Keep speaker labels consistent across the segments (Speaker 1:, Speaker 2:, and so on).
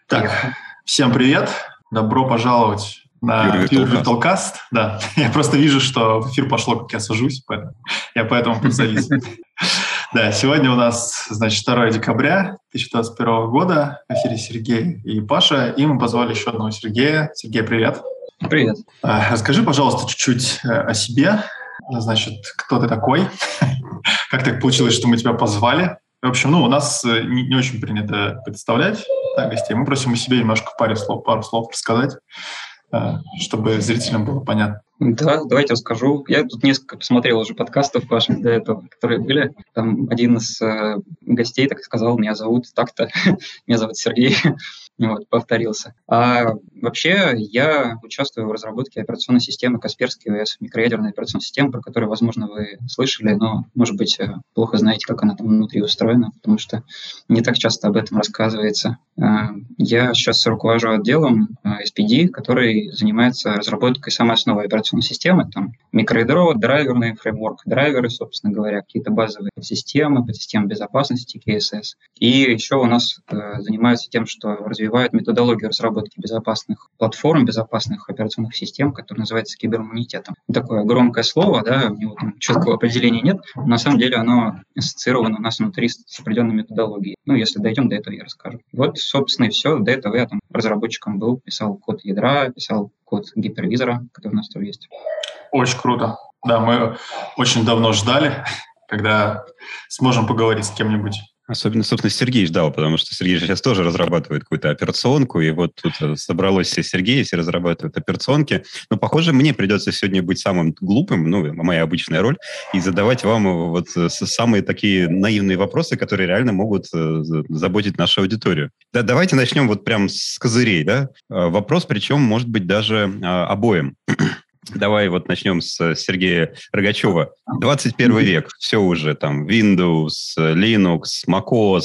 Speaker 1: Так, всем привет. Добро пожаловать на Pure Virtualcast. Да, я просто вижу, что в эфир пошло, как я сажусь, я поэтому подзавис. Да, сегодня у нас, 2 декабря 2021 года. В эфире Сергей и Паша, и мы позвали еще одного Сергея. Сергей, привет.
Speaker 2: Привет.
Speaker 1: Расскажи, пожалуйста, чуть-чуть о себе. Кто ты такой? Как так получилось, что мы тебя позвали? В общем, у нас не очень принято представлять гостей. Мы просим о себе немножко пару слов рассказать, чтобы зрителям было понятно.
Speaker 2: Да, давайте расскажу. Я тут несколько посмотрел уже подкастов ваших до этого, которые были. Там один из гостей так сказал, меня зовут так-то, меня зовут Сергей, повторился. А вообще я участвую в разработке операционной системы Касперский ОС, микроядерной операционной системы, про которую, возможно, вы слышали, но, может быть, плохо знаете, как она там внутри устроена, потому что не так часто об этом рассказывается. Я сейчас руковожу отделом SPD, который занимается разработкой самой основы операционной системы, там микроядро, драйверный фреймворк, драйверы, собственно говоря, какие-то базовые подсистемы безопасности, KSS. И еще у нас занимаются тем, что развивают методологию разработки безопасных платформ, безопасных операционных систем, которая называется кибериммунитетом. Такое громкое слово, да, у него там четкого определения нет, но на самом деле оно ассоциировано у нас внутри с определенной методологией. Если дойдем до этого, я расскажу. Собственно, и все. До этого я там разработчиком был, писал код ядра, писал код гипервизора, который у нас тоже есть.
Speaker 1: Очень круто. Да, мы очень давно ждали, когда сможем поговорить с кем-нибудь.
Speaker 3: Особенно, собственно, Сергей ждал, потому что Сергей сейчас тоже разрабатывает какую-то операционку, и вот тут собралось все Сергеи, все разрабатывают операционки. Но, похоже, мне придется сегодня быть самым глупым, моя обычная роль, и задавать вам самые такие наивные вопросы, которые реально могут заботить нашу аудиторию. Да, давайте начнем прям с козырей, да? Вопрос, причем, может быть, даже обоим. Давай начнем с Сергея Рогачева. 21 век, все уже там Windows, Linux, macOS,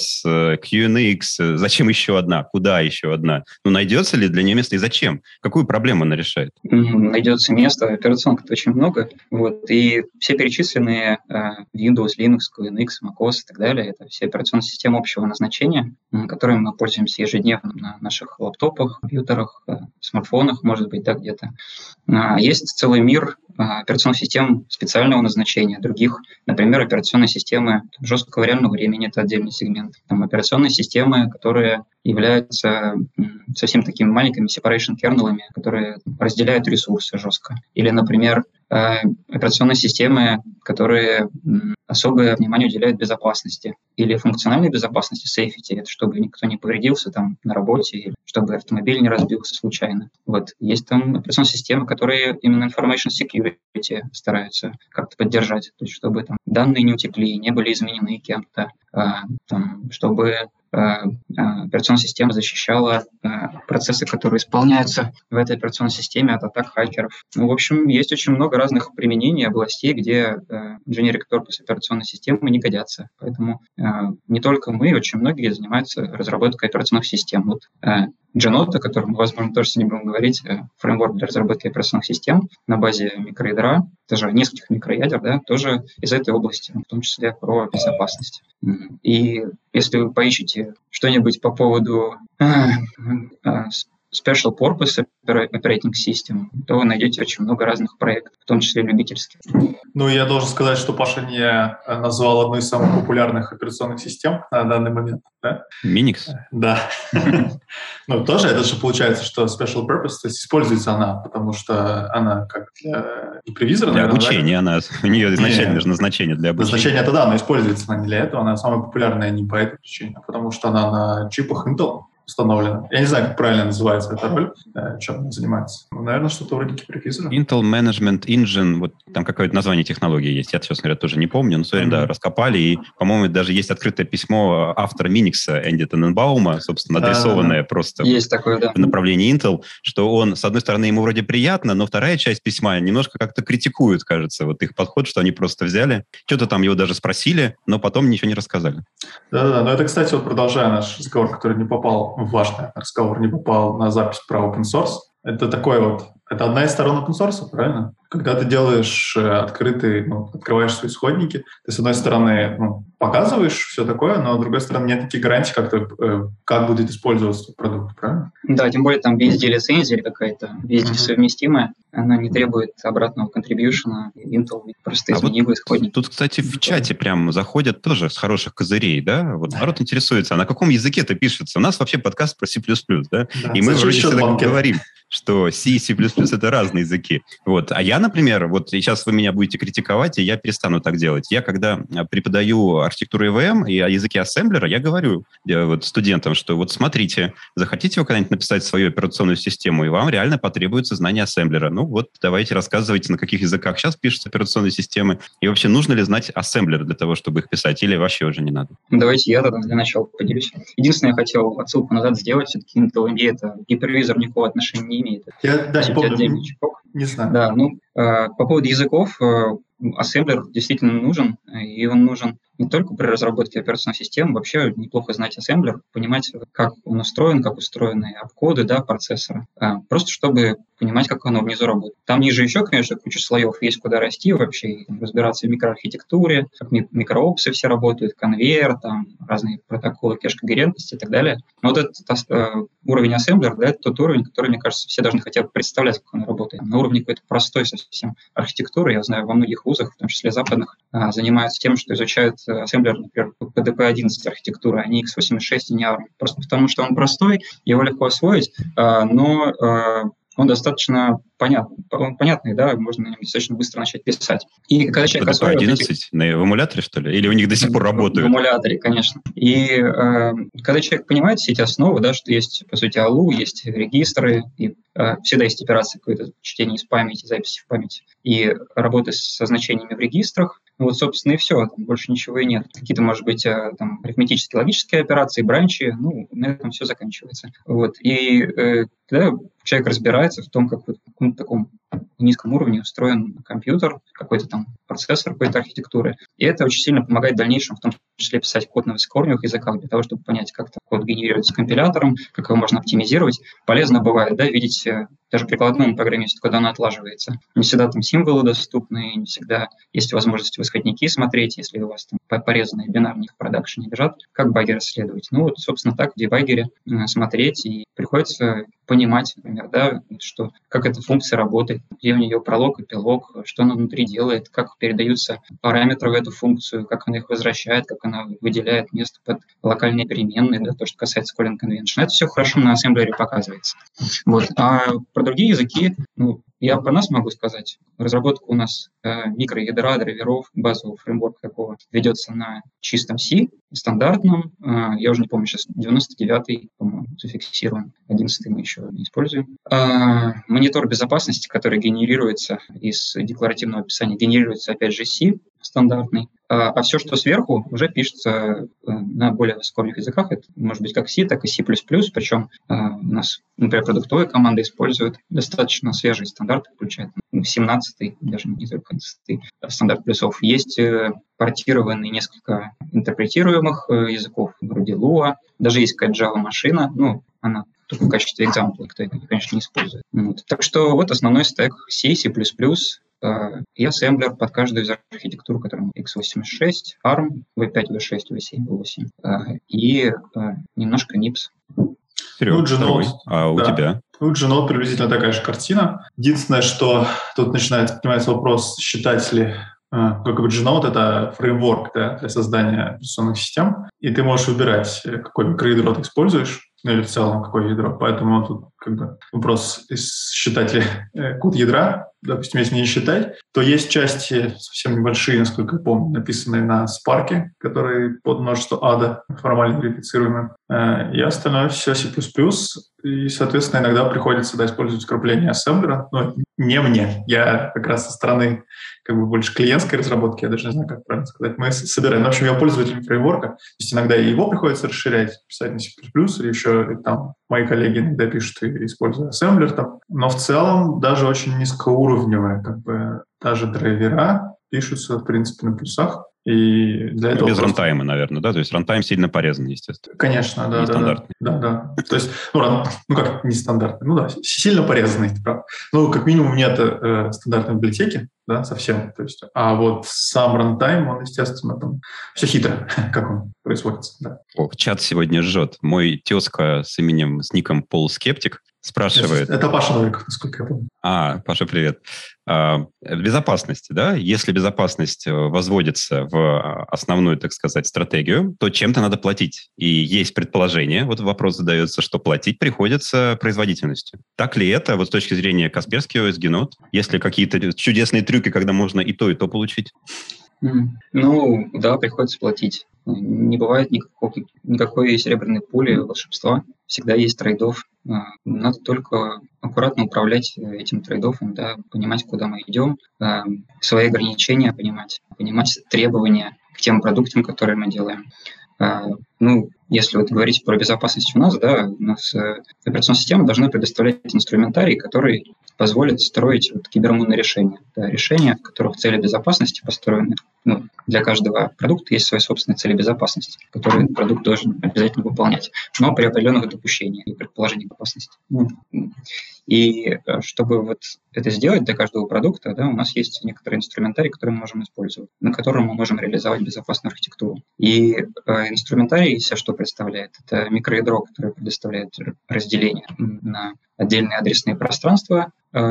Speaker 3: QNX. Зачем еще одна? Куда еще одна? Найдется ли для нее место и зачем? Какую проблему она решает?
Speaker 2: Найдется место, операционок-то очень много. И все перечисленные Windows, Linux, QNX, macOS и так далее, это все операционные системы общего назначения, которыми мы пользуемся ежедневно на наших лаптопах, компьютерах, смартфонах, может быть, да, где-то. Есть целый мир операционных систем специального назначения, других, например, операционные системы жесткого реального времени, это отдельный сегмент. Операционные системы, которые являются совсем такими маленькими separation kernel'ами, которые разделяют ресурсы жестко. Или, например, операционные системы, которые особое внимание уделяют безопасности или функциональной безопасности, safety, это чтобы никто не повредился там на работе, или чтобы автомобиль не разбился случайно. Есть там операционные системы, которые именно information security стараются как-то поддержать, то есть чтобы там данные не утекли, не были изменены кем-то, чтобы операционная система защищала процессы, которые исполняются в этой операционной системе от атак хакеров. В общем, есть очень много разных применений, областей, где generic purpose операционной системы не годятся. Поэтому не только мы, очень многие занимаются разработкой операционных систем. Genoto, о котором мы, возможно, тоже сегодня будем говорить, фреймворк для разработки операционных систем на базе микроядра, даже нескольких микроядер, да, тоже из этой области, в том числе про безопасность. И если вы поищете что-нибудь по поводу Special Purpose Operating System, то вы найдете очень много разных проектов, в том числе любительских.
Speaker 1: Я должен сказать, что Паша не назвал одну из самых популярных операционных систем на данный момент. Да?
Speaker 3: Minix?
Speaker 1: Да. Тоже это же получается, что Special Purpose, то есть используется она, потому что она как для гипервизора.
Speaker 3: Для обучения она, у нее изначально же назначение для обучения.
Speaker 1: Назначение это да, но используется она не для этого, она самая популярная не по этой причине, а потому что она на чипах Intel установлена. Я не знаю, как правильно называется эта роль, чем она занимается. Наверное, что-то вроде гипервизора.
Speaker 3: Intel Management Engine, там какое-то название технологии есть. Я, честно говоря, тоже не помню. Но, раскопали. И, по-моему, даже есть открытое письмо автора Minix, Энди Тененбаума, собственно, адресованное просто
Speaker 2: есть такое, да,
Speaker 3: в направлении Intel, что он, с одной стороны, ему вроде приятно, но вторая часть письма немножко как-то критикует, кажется, их подход, что они просто взяли, что-то там его даже спросили, но потом ничего не рассказали.
Speaker 1: Да-да-да. Но это, кстати, продолжая наш разговор, который не попал, важный разговор, не попал на запись про open source. Это такой это одна из сторон open source, правильно? Когда ты делаешь открытый, открываешь свои исходники, ты, с одной стороны, показываешь все такое, но, с другой стороны, нет таких гарантий, как будет использоваться продукт, правильно?
Speaker 2: Да, тем более там BSD-лицензия какая-то, BSD совместимая, она не требует обратного контрибьюшена, Intel просто изменил исходник.
Speaker 3: Тут, кстати, в чате прям заходят тоже с хороших козырей, да? Вот народ интересуется, а на каком языке это пишется? У нас вообще подкаст про C++, да? И мы вроде всегда говорим, что C и C++ — это разные языки. Вот. А я, например, вот сейчас вы меня будете критиковать, и я перестану так делать. Я, когда преподаю архитектуру EVM и о языке ассемблера, я говорю студентам, что вот смотрите, захотите вы когда-нибудь написать свою операционную систему, и вам реально потребуется знание ассемблера. Ну вот, давайте рассказывайте, на каких языках сейчас пишутся операционные системы, и вообще нужно ли знать ассемблер для того, чтобы их писать, или вообще уже не надо?
Speaker 2: Давайте я тогда для начала поделюсь. Единственное, я хотел отсылку назад сделать, все-таки Intel MBA — это гипервизор, никакого отношения не имеет.
Speaker 1: Я не помню,
Speaker 2: не знаю. Да, по поводу языков, ассемблер действительно нужен, и он нужен не только при разработке операционной системы, вообще неплохо знать ассемблер, понимать, как он устроен, как устроены обходы, процессора, просто чтобы понимать, как оно внизу работает. Там ниже еще, конечно, куча слоев есть, куда расти вообще, и разбираться в микроархитектуре, как микроопсы все работают, конвейер, там разные протоколы кэш-когерентности и так далее. Но вот этот уровень ассемблер, это тот уровень, который, мне кажется, все должны хотя бы представлять, как он работает. На уровне какой-то простой совсем архитектуры, я знаю, во многих вузах, в том числе западных, занимаются тем, что изучают ассемблер, например, PDP-11 архитектуры, а не x86 и не ARM. Просто потому, что он простой, его легко освоить, но он достаточно понятный, да, можно на нем достаточно быстро начать писать. И когда человек освоит...
Speaker 3: PDP-11 в эмуляторе, что ли? Или у них до сих пор работают?
Speaker 2: В эмуляторе, конечно. И когда человек понимает все эти основы, да, что есть, по сути, ALU, есть регистры, и всегда есть операция какое-то чтение из памяти, записи в памяти, и работа со значениями в регистрах, вот, собственно, и все, там больше ничего и нет. Какие-то, может быть, там, арифметические, логические операции, бранчи, на этом все заканчивается. Вот. И когда человек разбирается в том, как в каком-то таком низком уровне устроен компьютер, какой-то там процессор какой-то архитектуры, и это очень сильно помогает в дальнейшем, в том числе писать код на высокоуровневых языках, для того, чтобы понять, как код генерируется компилятором, как его можно оптимизировать. Полезно бывает, да, видеть даже прикладному программисту, когда оно отлаживается. Не всегда там символы доступны, не всегда есть возможность в исходники смотреть, если у вас там порезанные бинарные в продакшене лежат, как баги расследовать. Собственно, так в дебаггере смотреть, и приходится понимать, например, да, что как эта функция работает, где у нее пролог, эпилог, что она внутри делает, как передаются параметры в эту функцию, как она их возвращает, как она выделяет место под локальные переменные, да, то, что касается calling convention. Это все хорошо на ассемблере показывается. Вот. А про другие языки, я про нас могу сказать. Разработка у нас микроядра, драйверов, базового фреймворка такого ведется на чистом C, стандартном. Я уже не помню, сейчас 99-й, по-моему, зафиксирован. 11-й мы еще не используем. Монитор безопасности, который генерируется из декларативного описания, генерируется, опять же, C стандартный. А все, что сверху, уже пишется на более высоких языках. Это может быть как C, так и C++. Причем у нас, например, продуктовая команда использует достаточно свежий стандарт, включает 17-й, даже не только 11-й стандарт плюсов. Есть портированные несколько интерпретируемых языков, вроде Lua. Даже есть какая-то Java-машина, она только в качестве экзампла, кто это, конечно, не использует. Так что вот основной стек C, C++, и ассемблер под каждую из архитектур, которая x86, ARM, V5, V6, V7, V8 и немножко NIPS.
Speaker 3: Серега, а у тебя?
Speaker 1: У Genode приблизительно такая же картина. Единственное, что тут начинает подниматься вопрос, считать ли как бы Genode — это фреймворк, да, для создания операционных систем, и ты можешь выбирать, какой микроядро ты используешь, или в целом какое ядро. Поэтому тут как бы вопрос, считать ли код ядра. Допустим, если не считать, то есть части совсем небольшие, насколько я помню, написанные на Spark, которые под множество ада формально верифицируемы. И остальное все C++. И, соответственно, иногда приходится использовать вкрапление ассемблера. Но не мне. Я как раз со стороны как бы больше клиентской разработки, я даже не знаю, как правильно сказать. Мы собираем. В общем, я пользователь фреймворка. То есть иногда и его приходится расширять, писать на C++, или еще там мои коллеги иногда пишут, используя ассемблер там. Но в целом даже очень низкоуровневые, как бы даже драйвера пишутся, в принципе, на плюсах. И для этого
Speaker 3: без рантайма, наверное, да? То есть рантайм сильно порезан, естественно.
Speaker 1: Конечно, да.
Speaker 3: Нестандартный.
Speaker 1: Да. То есть, как нестандартный? Сильно порезанный, ты прав. Как минимум нет стандартной библиотеки, да, совсем. То есть, а вот сам рантайм, он, естественно, там все хитро, как он происходит. Да.
Speaker 3: Чат сегодня жжет. Мой тезка с ником Пол Скептик спрашивает...
Speaker 1: Это Паша Новиков, насколько я помню.
Speaker 3: Паша, привет. Безопасности, да? Если безопасность возводится в основную, так сказать, стратегию, то чем-то надо платить. И есть предположение, вот вопрос задается, что платить приходится производительностью. Так ли это, вот с точки зрения Касперский OS, Genode? Есть ли какие-то чудесные трюки, когда можно и то получить?
Speaker 2: Да, приходится платить. Не бывает никакой серебряной пули, волшебства. Всегда есть трейд-офф. Надо только аккуратно управлять этим трейд-оффом, да, понимать, куда мы идем, свои ограничения понимать требования к тем продуктам, которые мы делаем. Если вот говорить про безопасность у нас операционная система должна предоставлять инструментарий, который позволит строить кибериммунные решения. Да, решения, в которых цели безопасности построены. Для каждого продукта есть свои собственные цели безопасности, которые продукт должен обязательно выполнять, но при определенных допущениях и предположениях безопасности. И чтобы это сделать для каждого продукта, да, у нас есть некоторый инструментарий, который мы можем использовать, на котором мы можем реализовать безопасную архитектуру. И инструментарий себя что представляет? Это микроядро, которое предоставляет разделение на отдельные адресные пространства,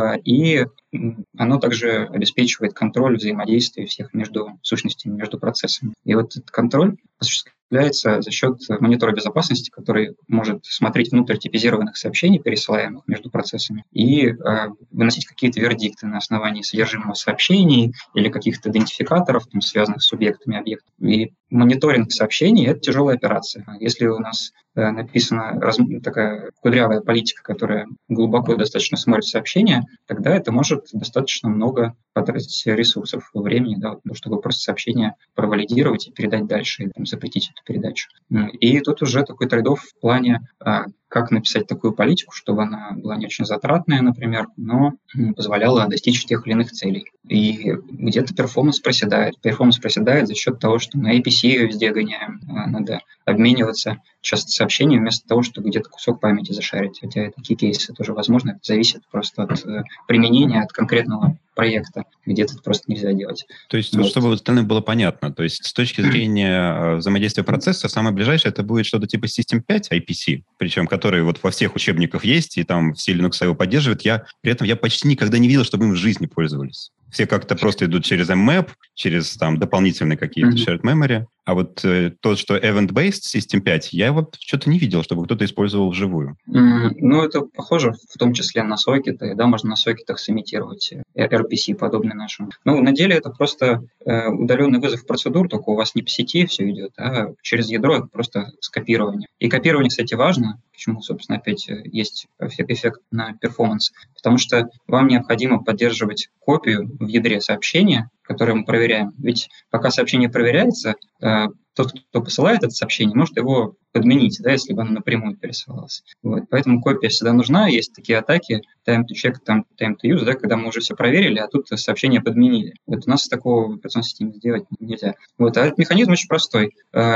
Speaker 2: и оно также обеспечивает контроль взаимодействия всех между сущностями, между процессами. И этот контроль осуществляется за счет монитора безопасности, который может смотреть внутрь типизированных сообщений, пересылаемых между процессами, и выносить какие-то вердикты на основании содержимого сообщений или каких-то идентификаторов, связанных с субъектами объектов. И мониторинг сообщений – это тяжелая операция. Если у нас написана такая кудрявая политика, которая глубоко достаточно смотрит сообщения, тогда это может достаточно много потратить ресурсов, времени, да, чтобы просто сообщение провалидировать и передать дальше, и запретить эту передачу. И тут уже такой трейд-офф в плане, как написать такую политику, чтобы она была не очень затратная, например, но позволяла достичь тех или иных целей. И где-то перформанс проседает. Перформанс проседает за счет того, что на APC везде гоняем. Надо обмениваться часто сообщениями вместо того, чтобы где-то кусок памяти зашарить. Хотя такие кейсы тоже возможны. Это зависит просто от применения, от конкретного проекта. Где-то это просто нельзя делать.
Speaker 3: То есть, чтобы остальное было понятно, то есть с точки зрения взаимодействия процесса, самое ближайшее это будет что-то типа System 5 IPC, причем который во всех учебниках есть, и там все Linux его поддерживают. При этом я почти никогда не видел, чтобы им в жизни пользовались. Все как-то просто идут через mmap, через дополнительные какие-то shared memory. А вот то, что event-based System 5, я что-то не видел, чтобы кто-то использовал вживую.
Speaker 2: Это похоже в том числе на сокеты. Да, можно на сокетах сымитировать RPC, подобный нашему. На деле это просто удаленный вызов процедур, только у вас не по сети все идет, а через ядро это просто скопирование. И копирование, кстати, важно. Почему, собственно, опять есть эффект на перформанс? Потому что вам необходимо поддерживать копию в ядре сообщения, которое мы проверяем. Ведь пока сообщение проверяется, тот, кто посылает это сообщение, может его подменить, да, если бы оно напрямую пересылалось. Поэтому копия всегда нужна. Есть такие атаки, time to check, time to use, да, когда мы уже все проверили, а тут сообщение подменили. У нас такого в операционной системе сделать нельзя. А этот механизм очень простой.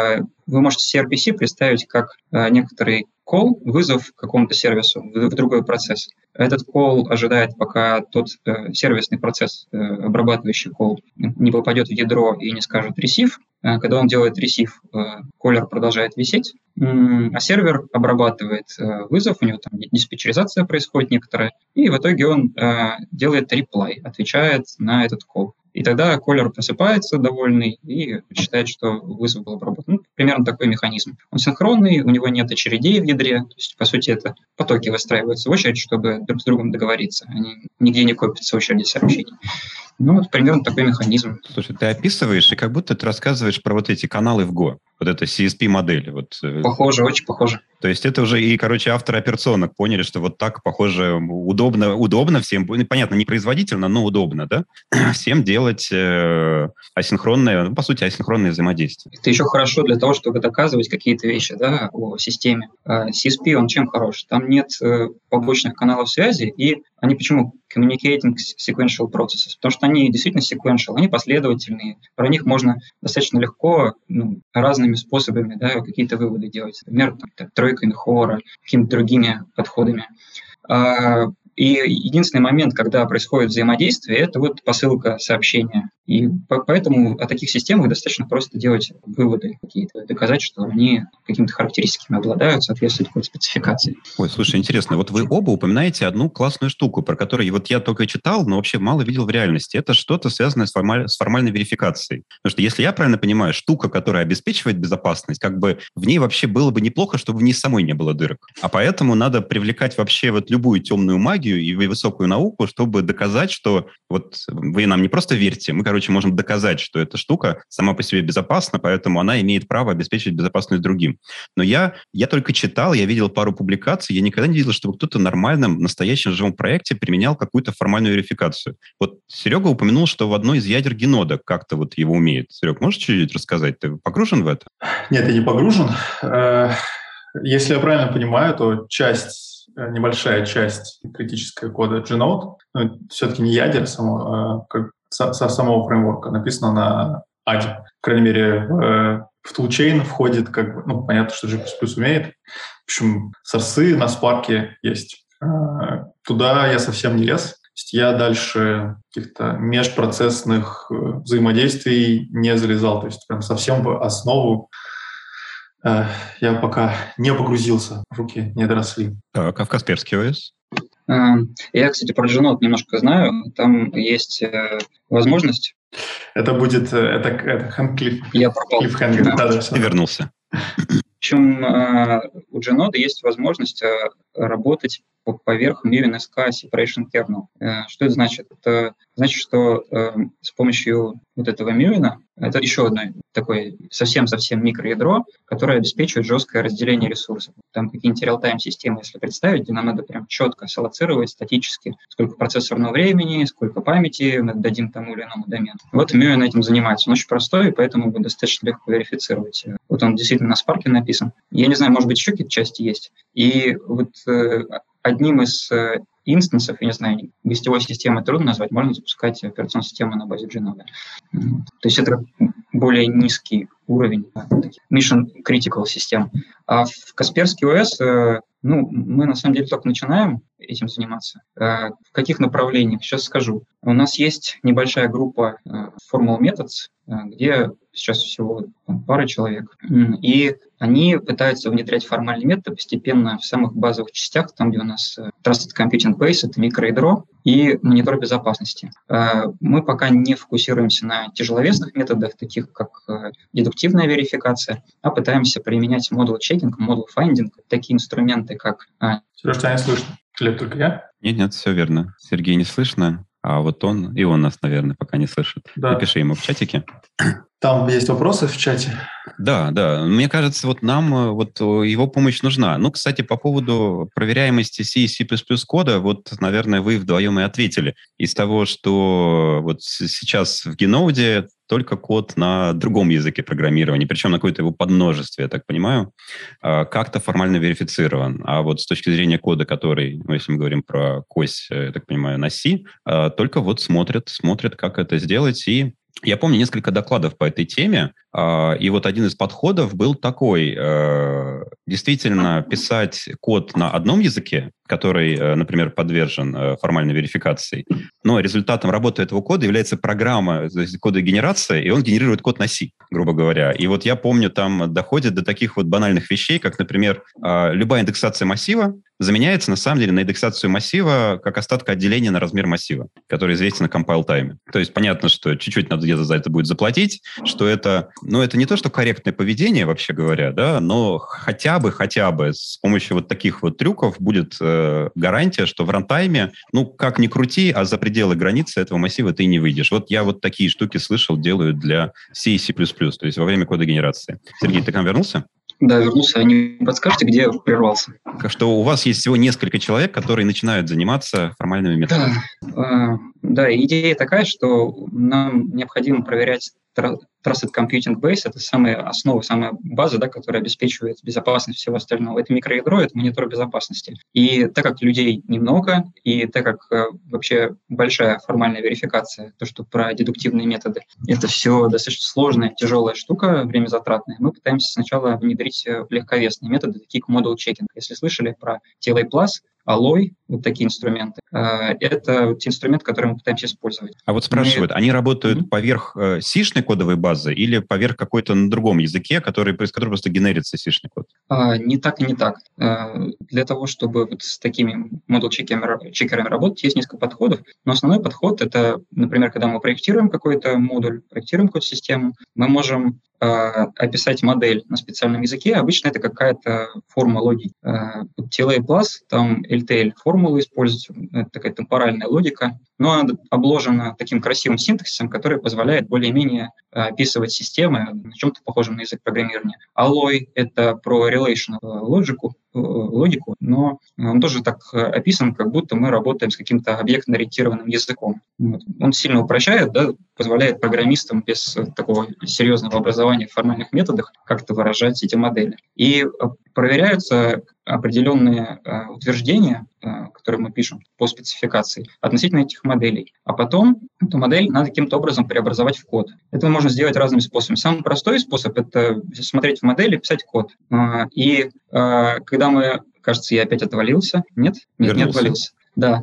Speaker 2: Вы можете CRPC представить как некоторый call, вызов к какому-то сервису в другой процесс. Этот call ожидает, пока тот сервисный процесс, обрабатывающий call, не попадет в ядро и не скажет receive. Когда он делает receive, коллер продолжает висеть, а сервер обрабатывает вызов, у него там диспетчеризация происходит некоторая, и в итоге он делает reply, отвечает на этот call. И тогда коллер просыпается довольный и считает, что вызов был обработан. Примерно такой механизм. Он синхронный, у него нет очередей в ядре. То есть, по сути, это потоки выстраиваются в очередь, чтобы друг с другом договориться. Они нигде не копятся в очереди сообщений. Примерно такой механизм.
Speaker 3: Слушай, ты описываешь, и как будто ты рассказываешь про эти каналы в Go. Это CSP-модель.
Speaker 2: Похоже, очень похоже.
Speaker 3: То есть это уже и, авторы операционок поняли, что так, похоже, удобно всем. Понятно, не производительно, но удобно, да? Всем делать асинхронное, по сути, асинхронное взаимодействие.
Speaker 2: Это еще хорошо для того, того, чтобы доказывать какие-то вещи, да, о системе. CSP, он чем хорош? Там нет побочных каналов связи, и они почему? Communicating sequential processes, потому что они действительно sequential, они последовательные, про них можно достаточно легко разными способами, да, какие-то выводы делать, например, тройками Хора, какими-то другими подходами. И единственный момент, когда происходит взаимодействие, это вот посылка сообщения. И поэтому о таких системах достаточно просто делать выводы какие-то, доказать, что они какими-то характеристиками обладают, соответствуют какой-то спецификации.
Speaker 3: Ой, слушай, интересно. Вот вы оба упоминаете одну классную штуку, про которую вот я только читал, но вообще мало видел в реальности. Это что-то связанное с формальной верификацией. Потому что, если я правильно понимаю, штука, которая обеспечивает безопасность, как бы в ней вообще было бы неплохо, чтобы в ней самой не было дырок. А поэтому надо привлекать вообще вот любую темную магию и высокую науку, чтобы доказать, что вот вы нам не просто верьте, мы, можем доказать, что эта штука сама по себе безопасна, поэтому она имеет право обеспечить безопасность другим. Но я только читал, я видел пару публикаций, я никогда не видел, чтобы кто-то в нормальном, настоящем живом проекте применял какую-то формальную верификацию. Вот Серега упомянул, что в одной из ядер Генода как-то вот его умеет. Серег, можешь чуть-чуть рассказать? Ты погружен в это?
Speaker 1: Нет, я не погружен. Если я правильно понимаю, то небольшая часть критического кода Genode, все-таки не ядер самого фреймворка, написано на ADI. По крайней мере, в Toolchain входит, понятно, что G++ умеет. В общем, сорсы на Spark есть. Туда я совсем не лез. Я дальше каких-то межпроцессных взаимодействий не залезал. То есть прям совсем в основу я пока не погрузился, руки не доросли.
Speaker 3: Так, а в Касперский ОС?
Speaker 2: Я, кстати, про Genode немножко знаю. Там есть возможность.
Speaker 1: Это будет Клиффхенгер.
Speaker 2: Я пропал.
Speaker 3: Ты вернулся.
Speaker 2: В общем, у Genode есть возможность работать поверх Muon SK Separation Kernel. Что это значит? Это значит, что с помощью вот этого Muon, это еще одно такое совсем-совсем микроядро, которое обеспечивает жесткое разделение ресурсов. Там какие-нибудь реал-тайм системы, если представить, где нам надо прям четко салоцировать статически, сколько процессорного времени, сколько памяти мы дадим тому или иному домену. Вот Muon этим занимается. Он очень простой, и поэтому его достаточно легко верифицировать. Вот он действительно на Spark написан. Я не знаю, может быть, еще какие-то части есть. И вот одним из инстансов, я не знаю, гостевой системы трудно назвать, можно запускать операционную систему на базе Genode. То есть это более низкий уровень mission critical систем. А в Касперский ОС мы на самом деле только начинаем этим заниматься. В каких направлениях? Сейчас скажу. У нас есть небольшая группа Formal Methods, где сейчас всего пара человек. И они пытаются внедрять формальные методы постепенно в самых базовых частях, там, где у нас Trusted Computing Base, это микроядро, и монитор безопасности. Мы пока не фокусируемся на тяжеловесных методах, таких как дедуктивная верификация, а пытаемся применять модул-чекинг, модул-файндинг, такие инструменты, как...
Speaker 1: Сереж, тебя не слышно? Или только я?
Speaker 3: Нет, все верно. Сергей не слышно, а вот он нас, наверное, пока не слышит. Да. Напиши ему в чатике.
Speaker 1: Там есть вопросы в чате?
Speaker 3: Да. Мне кажется, вот нам его помощь нужна. Кстати, по поводу проверяемости C и C++ кода, наверное, вы вдвоем и ответили. Из того, что вот сейчас в Genode только код на другом языке программирования, причем на какое-то его подмножестве, я так понимаю, как-то формально верифицирован. А вот с точки зрения кода, который, если мы говорим про COS, я так понимаю, на C, только смотрят, как это сделать. И я помню несколько докладов по этой теме, и вот один из подходов был такой: действительно писать код на одном языке, который, например, подвержен формальной верификации, но результатом работы этого кода является программа кодогенерации, и он генерирует код на C, грубо говоря. И вот я помню, там доходит до таких вот банальных вещей, как, например, любая индексация массива заменяется, на самом деле, на индексацию массива как остатка отделения на размер массива, который известен на компайл-тайме. То есть понятно, что чуть-чуть надо где-то за это будет заплатить, что это не то, что корректное поведение, вообще говоря, да, но хотя бы с помощью вот таких вот трюков будет гарантия, что в рантайме, как ни крути, а за пределы границы этого массива ты не выйдешь. Вот я вот такие штуки слышал, делают для C и C++, то есть во время кодогенерации. Сергей, ты к нам вернулся?
Speaker 2: Да, вернулся. А не подскажете, где я прервался?
Speaker 3: Что у вас есть всего несколько человек, которые начинают заниматься формальными методами.
Speaker 2: Да, Да, идея такая, что нам необходимо проверять Trusted Computing Base — это самая основа, самая база, да, которая обеспечивает безопасность всего остального. Это микроядро, это монитор безопасности. И так как людей немного, и так как вообще большая формальная верификация, то, что про дедуктивные методы, это все достаточно сложная, тяжелая штука, время затратная, мы пытаемся сначала внедрить легковесные методы, такие как Model Checking. Если слышали про TLA+, Alloy, вот такие инструменты. Это те инструменты, которые мы пытаемся использовать.
Speaker 3: А вот спрашивают, они работают поверх C-шной кодовой базы или поверх какой-то на другом языке, из которой просто генерится C-шный код?
Speaker 2: Не так и не так. Для того, чтобы вот с такими модуль-чекерами работать, есть несколько подходов. Но основной подход — это, например, когда мы проектируем какой-то модуль, проектируем какую-то систему, мы можем описать модель на специальном языке. Обычно это какая-то форма логики. TLA+, там LTL формулы используются, это такая темпоральная логика, но она обложена таким красивым синтаксисом, который позволяет более-менее описывать системы на чем-то похожем на язык программирования. Alloy — это про relational логику, но он тоже так описан, как будто мы работаем с каким-то объектно-ориентированным языком. Вот. Он сильно упрощает, да, позволяет программистам без такого серьезного образования в формальных методах как-то выражать эти модели. И проверяются определенные утверждения, которые мы пишем по спецификации, относительно этих моделей. А потом эту модель надо каким-то образом преобразовать в код. Это можно сделать разными способами. Самый простой способ — это смотреть в модель и писать код. И когда мы... Кажется, я опять отвалился. Нет, не отвалился. Да.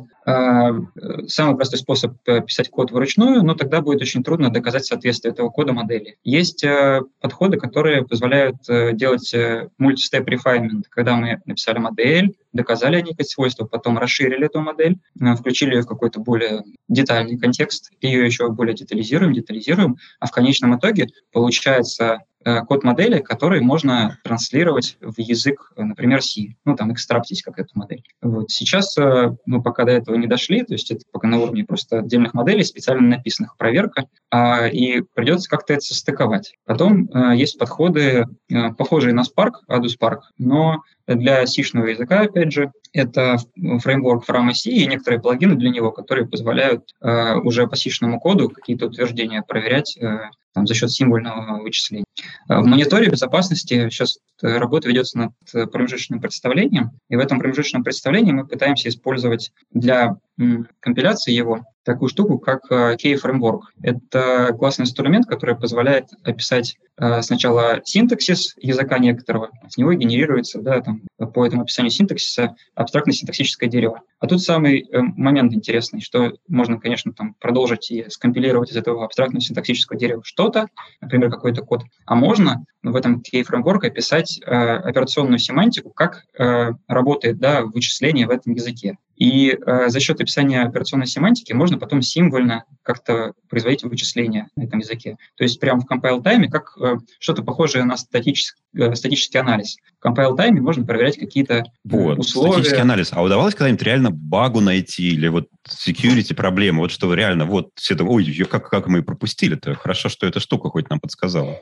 Speaker 2: Самый простой способ писать код вручную, но тогда будет очень трудно доказать соответствие этого кода модели. Есть подходы, которые позволяют делать multi-step refinement, когда мы написали модель, доказали некие свойства, потом расширили эту модель, включили ее в какой-то более детальный контекст, ее еще более детализируем, а в конечном итоге получается код модели, который можно транслировать в язык, например, C, экстраптить как эту модель. Вот. Сейчас мы пока до этого не дошли, то есть это пока на уровне просто отдельных моделей, специально написанных, проверка, и придется как-то это состыковать. Потом есть подходы, похожие на Spark, Adu Spark, но для C-шного языка, опять же, это фреймворк Frama C и некоторые плагины для него, которые позволяют уже по C-шному коду какие-то утверждения проверять за счет символьного вычисления. В мониторе безопасности сейчас работа ведется над промежуточным представлением, и в этом промежуточном представлении мы пытаемся использовать для компиляции его такую штуку, как K-фреймворк. Это классный инструмент, который позволяет описать сначала синтаксис языка некоторого, с него генерируется, по этому описанию синтаксиса абстрактно-синтаксическое дерево. А тут самый момент интересный, что можно, конечно, продолжить и скомпилировать из этого абстрактно-синтаксического дерева что-то, например, какой-то код, а можно в этом K-фреймворке описать операционную семантику, как работает вычисление в этом языке. И за счет описания операционной семантики можно потом символьно как-то производить вычисления на этом языке. То есть прямо в compile time как что-то похожее на статический анализ. В compile time можно проверять какие-то условия.
Speaker 3: Статический анализ. А удавалось когда-нибудь реально багу найти или security проблему? Вот что реально, все это, как мы пропустили-то? Хорошо, что эта штука хоть нам подсказала.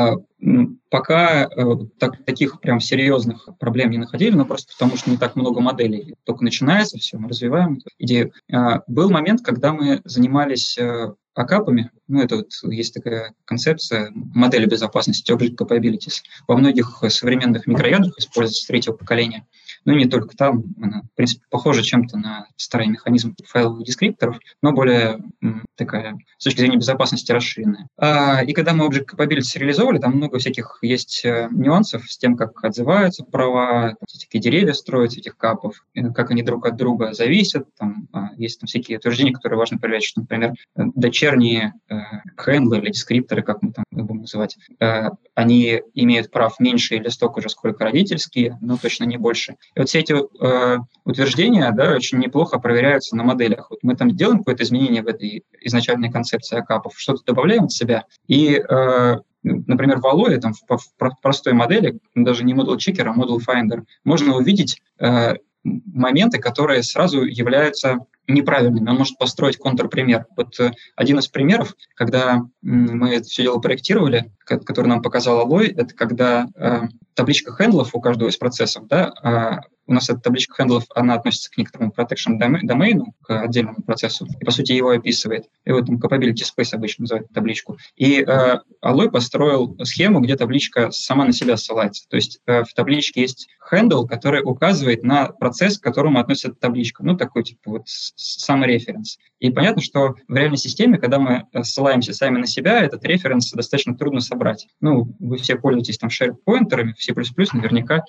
Speaker 2: Пока таких прям серьезных проблем не находили, но просто потому, что не так много моделей. Только начинается все, мы развиваем эту идею. Был момент, когда мы занимались акапами, есть такая концепция модели безопасности, Object Capabilities. Во многих современных микроядрах используется третьего поколения. И не только там. Она, в принципе, похожа чем-то на старый механизм файловых дескрипторов, но более такая, с точки зрения безопасности, расширенная. И когда мы Object Capabilities реализовали, там много всяких есть нюансов с тем, как отзываются права, такие деревья строятся этих капов, как они друг от друга зависят. Есть всякие утверждения, которые важно проверять, что, например, дочерние хендлеры или дескрипторы, как мы будем называть, они имеют прав меньше или столько же, сколько родительские, но точно не больше. И все эти утверждения очень неплохо проверяются на моделях. Мы делаем какое-то изменение в этой изначальной концепции акапов, что-то добавляем от себя, и, например, в Alloy, в простой модели, даже не Model Checker, а Model Finder, можно увидеть моменты, которые сразу являются неправильными. Он может построить контрпример. Один из примеров, когда мы это все дело проектировали, который нам показал Alloy, это когда табличка хендлов у каждого из процессов, у нас эта табличка хендлов, она относится к некоторому protection домену, к отдельному процессу, и, по сути, его описывает. И вот там capability space обычно называют табличку. И Alloy построил схему, где табличка сама на себя ссылается. То есть в табличке есть handle, который указывает на процесс, к которому относится эта табличка. Ну, такой, типа, вот самореференс. И понятно, что в реальной системе, когда мы ссылаемся сами на себя, этот референс достаточно трудно собрать. Ну, вы все пользуетесь там shared-поинтерами, в C++ наверняка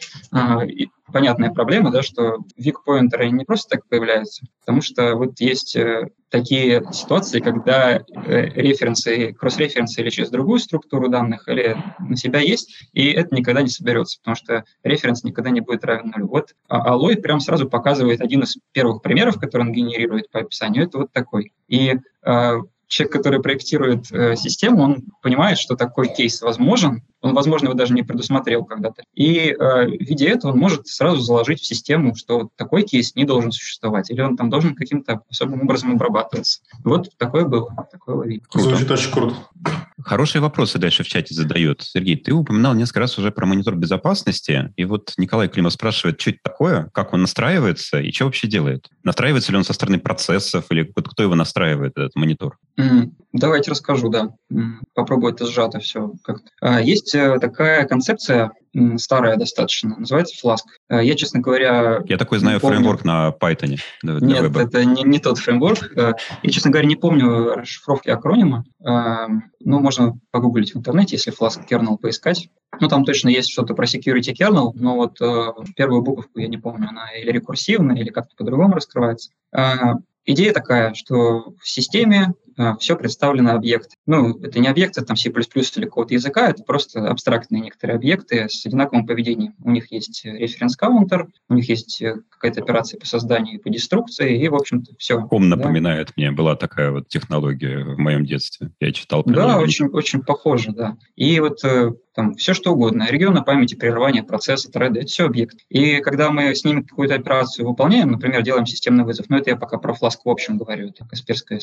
Speaker 2: понятная проблема, да, что weak-поинтеры не просто так появляются, потому что вот есть такие ситуации, когда референсы, кросс-референсы или через другую структуру данных, или на себя есть, и это никогда не соберется, потому что референс никогда не будет равен нулю. Вот Alloy прям сразу показывает один из первых примеров, который он генерирует по описанию, это вот такой. И человек, который проектирует систему, он понимает, что такой кейс возможен, он, возможно, его даже не предусмотрел когда-то. И видя это, он может сразу заложить в систему, что такой кейс не должен существовать, или он там должен каким-то особым образом обрабатываться. Вот такое было, такое ловили.
Speaker 1: Звучит очень круто.
Speaker 3: Хорошие вопросы дальше в чате задает. Сергей, ты упоминал несколько раз уже про монитор безопасности, и вот Николай Климов спрашивает, что это такое, как он настраивается и что вообще делает? Настраивается ли он со стороны процессов, или кто его настраивает, этот монитор?
Speaker 2: Давайте расскажу, да. Попробую это сжато все как-то. Есть такая концепция, старая достаточно, называется Flask. Я, честно говоря...
Speaker 3: Я такой знаю фреймворк на Python.
Speaker 2: Нет, это не тот фреймворк. Я, честно говоря, не помню расшифровки акронима. Ну, можно погуглить в интернете, если Flask kernel поискать. Ну, там точно есть что-то про security kernel, но вот первую буковку я не помню, она или рекурсивная, или как-то по-другому раскрывается. Идея такая, что в системе все представлено объекты. Ну, это не объекты, там C++ или код языка, это просто абстрактные некоторые объекты с одинаковым поведением. У них есть референс-каунтер, у них есть какая-то операция по созданию и по деструкции, и, в общем-то, все.
Speaker 3: Напоминает мне, была такая вот технология в моем детстве. Я читал.
Speaker 2: Да, очень похоже, да. И вот там все что угодно. Регионы памяти, прерывание процесса, треды – это все объект. И когда мы с ними какую-то операцию выполняем, например, делаем системный вызов, но это я пока про Flask в общем говорю, это Kaspersky,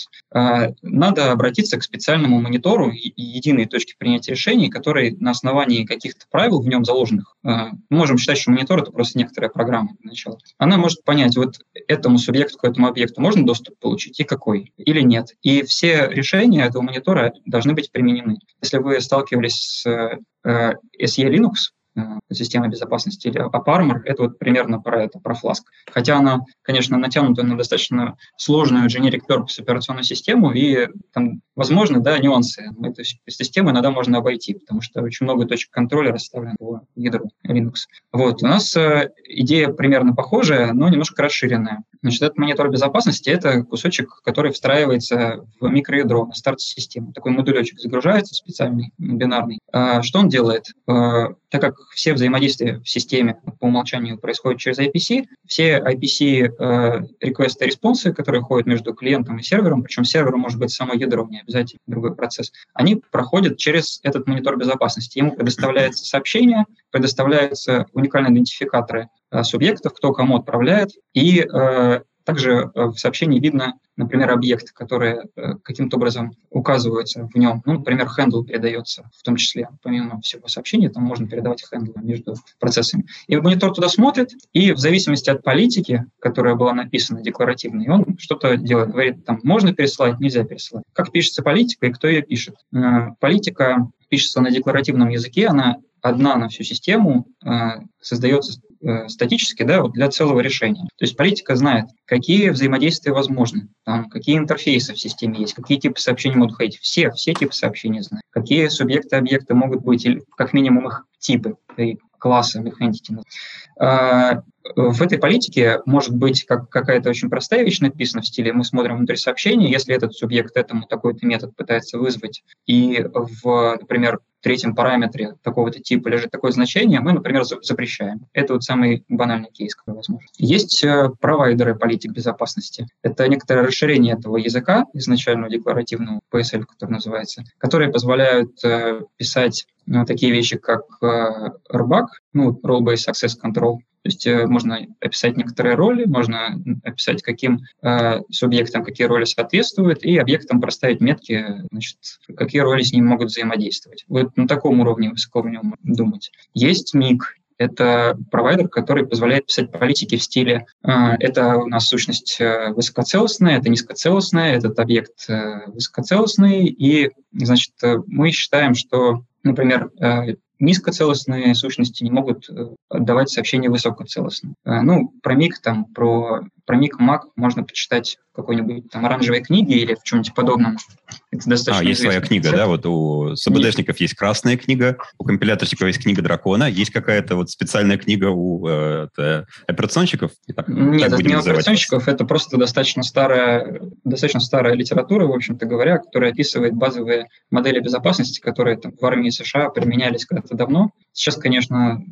Speaker 2: надо обратиться к специальному монитору единой точки принятия решений, который на основании каких-то правил в нем заложенных, мы можем считать, что монитор – это просто некоторая программа для начала. Она может понять, вот этому субъекту, к этому объекту можно доступ получить и какой, или нет. И все решения этого монитора должны быть применены. Если вы сталкивались с SE Linux, система безопасности, или AppArmor, это вот примерно про Flask. Хотя она, конечно, натянута на достаточно сложную generic purpose операционную систему, и там, возможно, да, нюансы этой системы иногда можно обойти, потому что очень много точек контроля расставлено по ядру Linux. Вот, у нас идея примерно похожая, но немножко расширенная. Значит, этот монитор безопасности – это кусочек, который встраивается в микроядро на старте системы. Такой модулечек загружается специальный, бинарный. Что он делает? Так как все взаимодействия в системе по умолчанию происходят через IPC, все IPC реквесты и респонсы, которые ходят между клиентом и сервером, причем сервером может быть само ядро, не обязательно другой процесс, они проходят через этот монитор безопасности. Ему предоставляется сообщение, предоставляются уникальные идентификаторы субъектов, кто кому отправляет, и также в сообщении видно, например, объект, который каким-то образом указывается в нем. Ну, например, handle передается, в том числе, помимо всего сообщения, там можно передавать handle между процессами. И монитор туда смотрит, и в зависимости от политики, которая была написана декларативной, он что-то делает. Говорит, там, можно пересылать, нельзя пересылать. Как пишется политика и кто ее пишет? Политика пишется на декларативном языке, она одна на всю систему, создается статически, да, вот для целого решения. То есть политика знает, какие взаимодействия возможны, там, какие интерфейсы в системе есть, какие типы сообщений могут ходить. Все типы сообщений знают. Какие субъекты, объекты могут быть, или как минимум их типы, классы, их entity. В этой политике может быть какая-то очень простая вещь написана в стиле «мы смотрим внутри сообщения», если этот субъект этому такой-то метод пытается вызвать, и в, например, третьем параметре такого-то типа лежит такое значение, мы, например, запрещаем. Это вот самый банальный кейс, какой возможно. Есть провайдеры политик безопасности. Это некоторое расширение этого языка, изначального декларативного PSL, который называется, которые позволяют писать такие вещи, как RBAC, Role-Based Access Control. То есть можно описать некоторые роли, можно описать, каким субъектам какие роли соответствуют, и объектам проставить метки, значит, какие роли с ним могут взаимодействовать. Вот на таком уровне, высоком нем думать. Есть MIG. Это провайдер, который позволяет писать политики в стиле это у нас сущность высокоцелостная, это низкоцелостная, этот объект высокоцелостный, и, значит, мы считаем, что, например, низкоцелостные сущности не могут отдавать сообщения высокоцелостным. Про миг Mac можно почитать в какой-нибудь там оранжевой книге или в чем-нибудь подобном. Это достаточно
Speaker 3: есть своя книга,
Speaker 2: концепт.
Speaker 3: да? Вот у СБДшников есть красная книга, у компиляторщиков есть книга дракона, есть какая-то вот специальная книга у операционщиков?
Speaker 2: Нет, это не у операционщиков, это просто достаточно старая литература, в общем-то говоря, которая описывает базовые модели безопасности, которые там, в армии США применялись когда-то давно. Сейчас, конечно,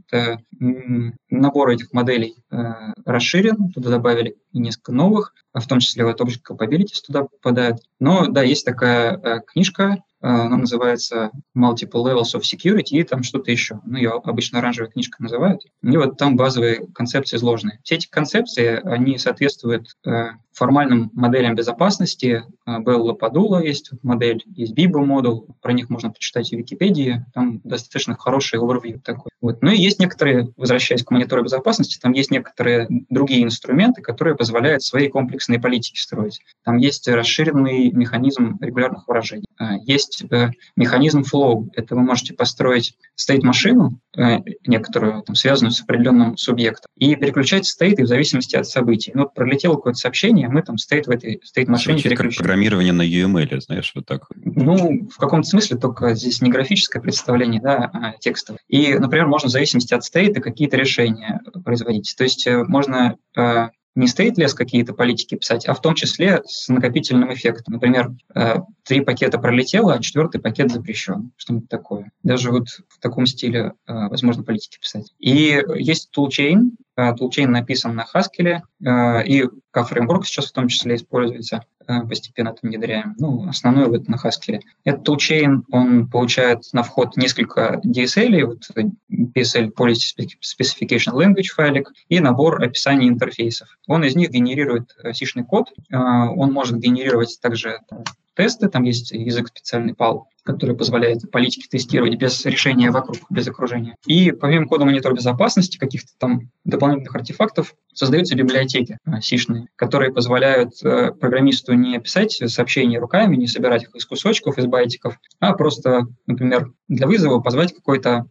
Speaker 2: набор этих моделей расширен, туда добавили несколько новых, в том числе вот Object Capabilities туда попадает. Но да, есть такая книжка, она называется Multiple Levels of Security, и там что-то еще. Ее обычно оранжевая книжка называют. И вот там базовые концепции изложены. Все эти концепции, они соответствуют формальным моделям безопасности. Белла Падула есть модель, есть Bibo модуль, про них можно почитать в Википедии, там достаточно хороший overview такой. Вот. Ну и есть некоторые, возвращаясь к монитору безопасности, там есть некоторые другие инструменты, которые позволяют свои комплексные политики строить. Там есть расширенный механизм регулярных выражений. Есть механизм flow. Это вы можете построить state-машину, некоторую, там, связанную с определенным субъектом, и переключать стейты в зависимости от событий. Ну, пролетело какое-то сообщение, мы там стейт в этой стейт-машине переключаем.
Speaker 3: Как программирование на UML, знаешь, вот так.
Speaker 2: Ну, в каком-то смысле, только здесь не графическое представление, да, а текстовое. И, например, можно в зависимости от стейта какие-то решения производить. То есть можно не стейтлесс какие-то политики писать, а в том числе с накопительным эффектом. Например, 3 пакета пролетело, а 4-й пакет запрещен. Что-нибудь такое. Даже вот в таком стиле возможно политики писать. И есть toolchain. Toolchain написан на Haskell, и K-фреймворк сейчас в том числе используется. Постепенно это внедряем. Основной вот на Haskell. Этот toolchain, он получает на вход несколько DSL, вот DSL Policy Specification Language файлик и набор описаний интерфейсов. Он из них генерирует C-шный код. Он может генерировать также тесты, там есть язык специальный PAL, который позволяет политики тестировать без решения вокруг, без окружения. И помимо кода монитора безопасности, каких-то там дополнительных артефактов, создаются библиотеки C-шные, которые позволяют программисту не писать сообщения руками, не собирать их из кусочков, из байтиков, а просто, например, для вызова позвать какой-то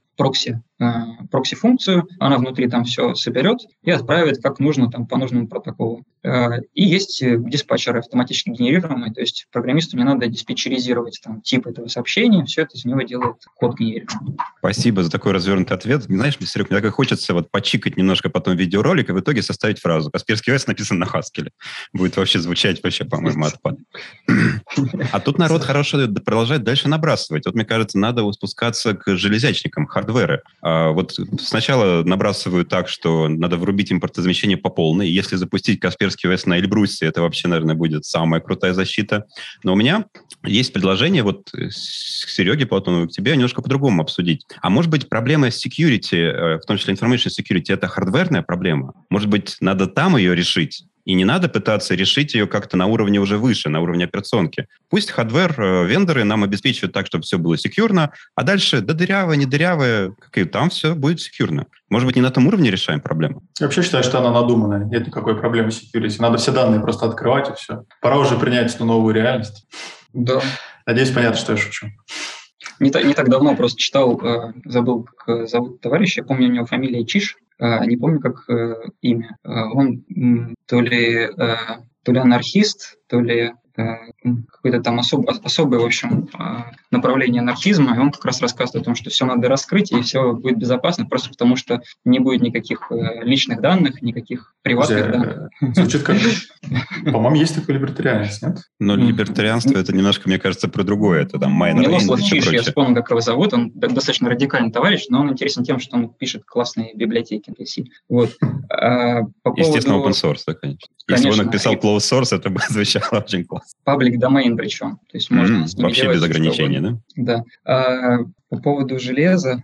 Speaker 2: прокси-функцию, она внутри там все соберет и отправит как нужно там, по нужному протоколу. И есть диспатчеры автоматически генерируемые, то есть программисту не надо диспетчеризировать там, тип этого сообщения, все это из него делает код генерируемый.
Speaker 3: Спасибо за такой развернутый ответ. Знаешь, Серег, мне так и хочется вот почикать немножко потом видеоролик и в итоге составить фразу. Касперский ОС написан на Haskell. Будет вообще звучать, по-моему, отпад. А тут народ хорошо продолжает дальше набрасывать. Вот, мне кажется, надо спускаться к железячникам, хардверы. Вот сначала набрасывают так, что надо врубить импортозамещение по полной. Если запустить Касперский ОС на Эльбрусе, это вообще, наверное, будет самая крутая защита. Но у меня есть предложение вот к Сереге Платонову, к тебе немножко по-другому обсудить. А может быть, проблема security, в том числе information security, это хардверная проблема? Может быть, надо там ее решить? И не надо пытаться решить ее как-то на уровне уже выше, на уровне операционки. Пусть хардвер-вендоры нам обеспечивают так, чтобы все было секьюрно, а дальше да дырявое, не дырявое, там все будет секьюрно. Может быть, не на том уровне решаем проблему?
Speaker 1: Я вообще считаю, что она надуманная. Нет никакой проблемы с security. Надо все данные просто открывать, и все. Пора уже принять эту новую реальность.
Speaker 2: Да.
Speaker 1: Надеюсь, понятно, что я шучу.
Speaker 2: Не так давно просто читал, забыл, как зовут товарища, я помню, у него фамилия Чиш, не помню, как имя. Он то ли анархист, то ли какое-то там особое, в общем, направление анархизма, и он как раз рассказывает о том, что все надо раскрыть, и все будет безопасно, просто потому что не будет никаких личных данных, никаких приватных данных.
Speaker 1: Звучит как... По-моему, есть такой либертарианец, нет?
Speaker 3: Но либертарианство, это немножко, мне кажется, про другое. Это там Майнер
Speaker 2: Милослав Чиш, я вспомнил, как его зовут, он достаточно радикальный товарищ, но он интересен тем, что он пишет классные библиотеки для C. Вот.
Speaker 3: Естественно, open source, да, конечно. Если бы он написал closed source, это бы звучало очень классно.
Speaker 2: Public domain причем. То есть можно
Speaker 3: вообще без ограничений, да?
Speaker 2: Да. По поводу железа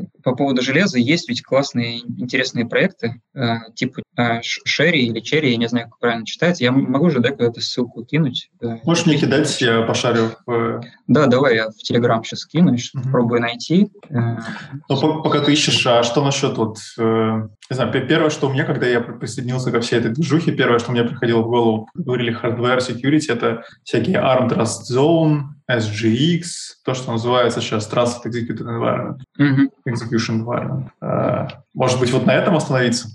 Speaker 2: есть ведь классные, интересные проекты, типа Sherry или Cherry, я не знаю, как правильно читается. Я могу же, куда-то ссылку кинуть.
Speaker 1: Можешь мне кидать, я пошарю.
Speaker 2: Да, давай я в Telegram сейчас скину, попробую найти.
Speaker 1: Пока ты ищешь, а что насчет не знаю, первое, что у меня, когда я присоединился ко всей этой движухе, первое, что мне приходило в голову, говорили hardware security, это всякие ARM Trust Zone, SGX, то, что называется сейчас Trusted Execution Environment. Execution Environment. Может быть, на этом остановиться?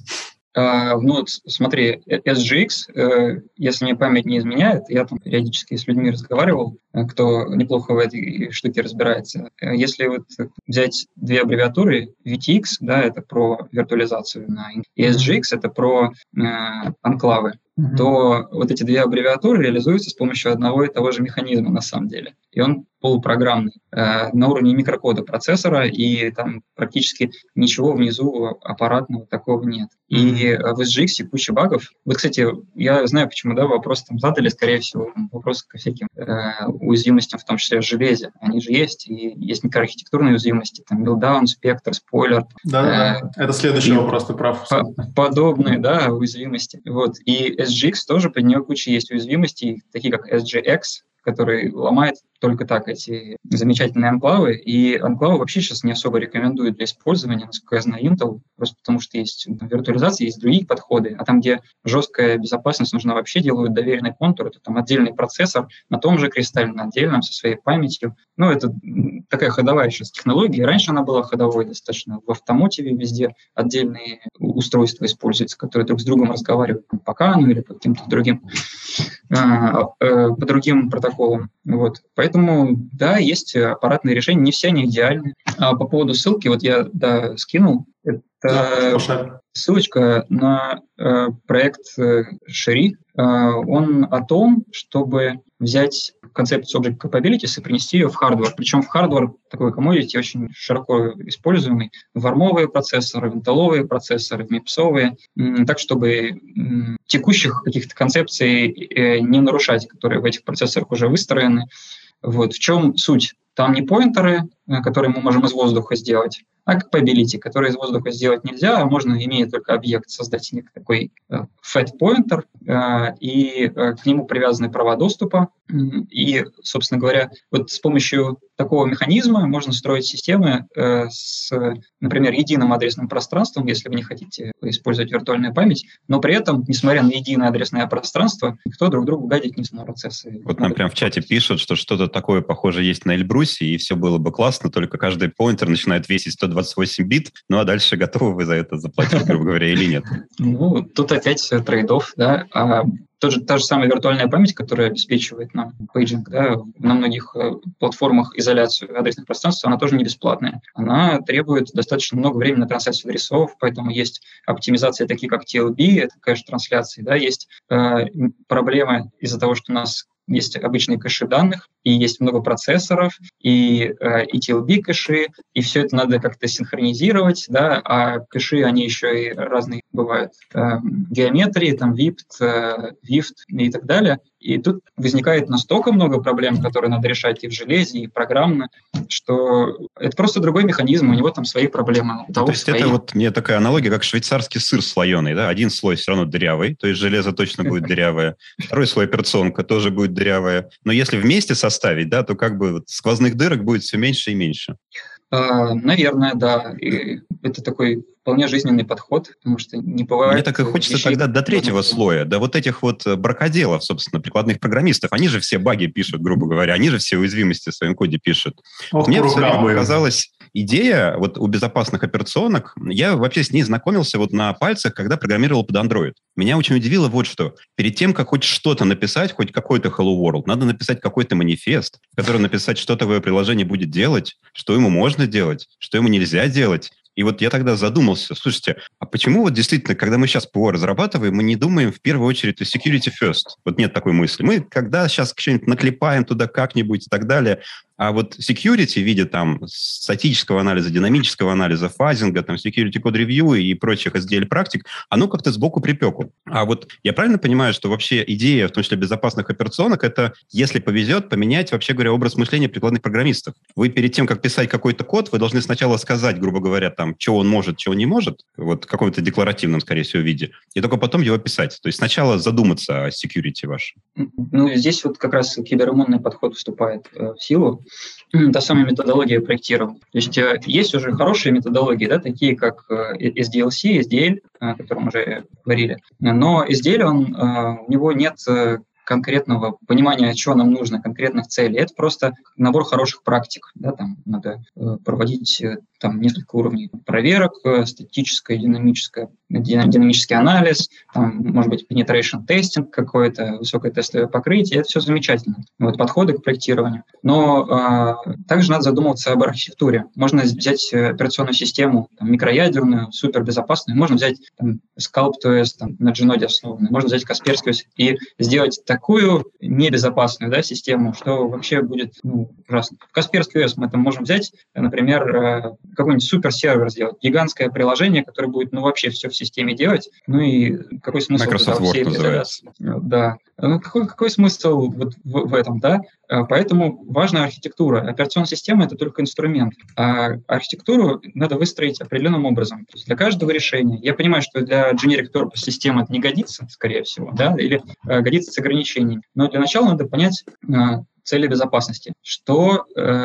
Speaker 2: Смотри, SGX, если мне память не изменяет, я там периодически с людьми разговаривал, кто неплохо в этой штуке разбирается. Если взять две аббревиатуры, VTX, да, это про виртуализацию, и SGX — это про анклавы, то эти две аббревиатуры реализуются с помощью одного и того же механизма на самом деле. И он полупрограммный на уровне микрокода процессора, и там практически ничего внизу аппаратного такого нет. И в SGX куча багов. Кстати, я знаю, почему вопрос там задали, скорее всего, вопрос ко всяким уязвимостям, в том числе в железе. Они же есть, и есть микроархитектурные уязвимости, там Meltdown, Spectre, Spoiler.
Speaker 1: Да, это следующий вопрос, ты прав.
Speaker 2: Подобные, уязвимости. И SGX тоже, под нее куча есть уязвимостей, такие как SGX, который ломает только так эти замечательные анклавы. И анклавы вообще сейчас не особо рекомендуют для использования, насколько я знаю, Intel, просто потому что есть виртуализация, есть другие подходы. А там, где жесткая безопасность нужна, вообще делают доверенный контур. Это там отдельный процессор на том же кристалле, на отдельном, со своей памятью. Это такая ходовая сейчас технология. Раньше она была ходовой достаточно. В автомотиве везде отдельные устройства используются, которые друг с другом разговаривают по КАНу или по каким-то другим, по другим протоколам. Поэтому, да, есть аппаратные решения, не все они идеальны. А по поводу ссылки, я скинул. Это ссылочка на проект Sherry. Он о том, чтобы взять концепцию Object Capabilities и принести ее в хардвар. Причем в хардвар такой commodity очень широко используемый. В армовые процессоры, в интеловые процессоры, в мипсовые. Так, чтобы текущих каких-то концепций не нарушать, которые в этих процессорах уже выстроены. В чем суть? Там не поинтеры, которые мы можем из воздуха сделать, а capability, которые из воздуха сделать нельзя, а можно, имея только объект, создать некий такой fat pointer, и к нему привязаны права доступа. И, собственно говоря, с помощью такого механизма можно строить системы с, например, единым адресным пространством, если вы не хотите использовать виртуальную память, но при этом, несмотря на единое адресное пространство, никто друг другу гадить не сможет. Процессы.
Speaker 3: Нам прям в чате пишут, что что-то такое похоже есть на Эльбрусе, и все было бы классно, только каждый поинтер начинает весить 128 бит, дальше готовы вы за это заплатить, грубо говоря, или нет?
Speaker 2: Тут опять трейд-офф, да. Та же самая виртуальная память, которая обеспечивает нам пейджинг, да, на многих платформах изоляцию адресных пространств, она тоже не бесплатная. Она требует достаточно много времени на трансляцию адресов, поэтому есть оптимизации такие, как TLB, это кэш-трансляции, да, есть проблемы из-за того, что у нас есть обычные кэши данных, и есть много процессоров, и TLB кэши, и все это надо как-то синхронизировать, да, а кэши, они еще и разные бывают. Геометрии, там, VIPT, VIFT и так далее. И тут возникает настолько много проблем, которые надо решать и в железе, и программно, что это просто другой механизм, у него там свои проблемы.
Speaker 3: То есть это мне такая аналогия, как швейцарский сыр слоеный, да? Один слой все равно дырявый, то есть железо точно будет дырявое, второй слой операционка тоже будет дырявая, но если вместе составить, да, то сквозных дырок будет все меньше и меньше.
Speaker 2: Наверное, да. И это такой вполне жизненный подход, потому что не бывает...
Speaker 3: Мне так и хочется тогда до третьего слоя, до этих бракоделов, собственно, прикладных программистов. Они же все баги пишут, грубо говоря, они же все уязвимости в своем коде пишут. Мне все время показалась идея у безопасных операционок, я вообще с ней знакомился на пальцах, когда программировал под Android. Меня очень удивило что. Перед тем, как хоть что-то написать, хоть какой-то Hello World, надо написать какой-то манифест, в котором написать, что твое приложение будет делать, что ему можно делать, что ему нельзя делать. И я тогда задумался, слушайте, а почему действительно, когда мы сейчас ПО разрабатываем, мы не думаем в первую очередь о security first? Нет такой мысли. Мы когда сейчас что-нибудь наклепаем туда как-нибудь и так далее, А вот security в виде там статического анализа, динамического анализа, фазинга, там security code review и прочих SDL-практик, оно как-то сбоку припеку. А вот я правильно понимаю, что вообще идея, в том числе безопасных операционок, это, если повезет, поменять, вообще говоря, образ мышления прикладных программистов. Вы перед тем, как писать какой-то код, вы должны сначала сказать, грубо говоря, там, что он может, чего не может, вот в каком-то декларативном, скорее всего, виде, и только потом его писать. То есть сначала задуматься о security вашем.
Speaker 2: Ну, здесь вот как раз кибериммунный подход вступает в силу. Та самая методология проектирования. То есть есть уже хорошие методологии, да, такие как SDLC, SDL, о котором уже говорили. Но SDL, у него нет конкретного понимания, что нам нужно, конкретных целей. Это просто набор хороших практик. Да, там надо проводить там несколько уровней проверок, статическое, динамический анализ, там, может быть, penetration testing какое-то, высокое тестовое покрытие. Это все замечательно. Вот, подходы к проектированию. Но также надо задумываться об архитектуре. Можно взять операционную систему там, микроядерную, супербезопасную, можно взять Scalp.OS на Gnode основанную, можно взять Kaspersky OS и сделать такую небезопасную, да, систему, что вообще будет ужасно. В Kaspersky OS мы там можем взять, например, какой-нибудь суперсервер сделать, гигантское приложение, которое будет вообще все в системе делать. Ну и какой смысл?
Speaker 3: Microsoft Word называется.
Speaker 2: Да. Какой смысл вот в этом, да? Поэтому важна архитектура. Операционная система – это только инструмент. А архитектуру надо выстроить определенным образом. То есть для каждого решения. Я понимаю, что для generic purpose системы это не годится, скорее всего, да, или годится с ограничениями. Но для начала надо понять цели безопасности. Что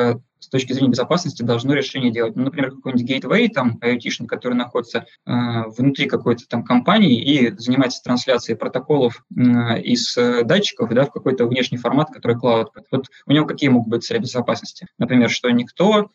Speaker 2: с точки зрения безопасности должно решение делать. Ну, например, какой-нибудь gateway, там, IoT-шный, который находится внутри какой-то там компании и занимается трансляцией протоколов из датчиков, да, в какой-то внешний формат, который cloud. Вот у него какие могут быть цели безопасности? Например, что никто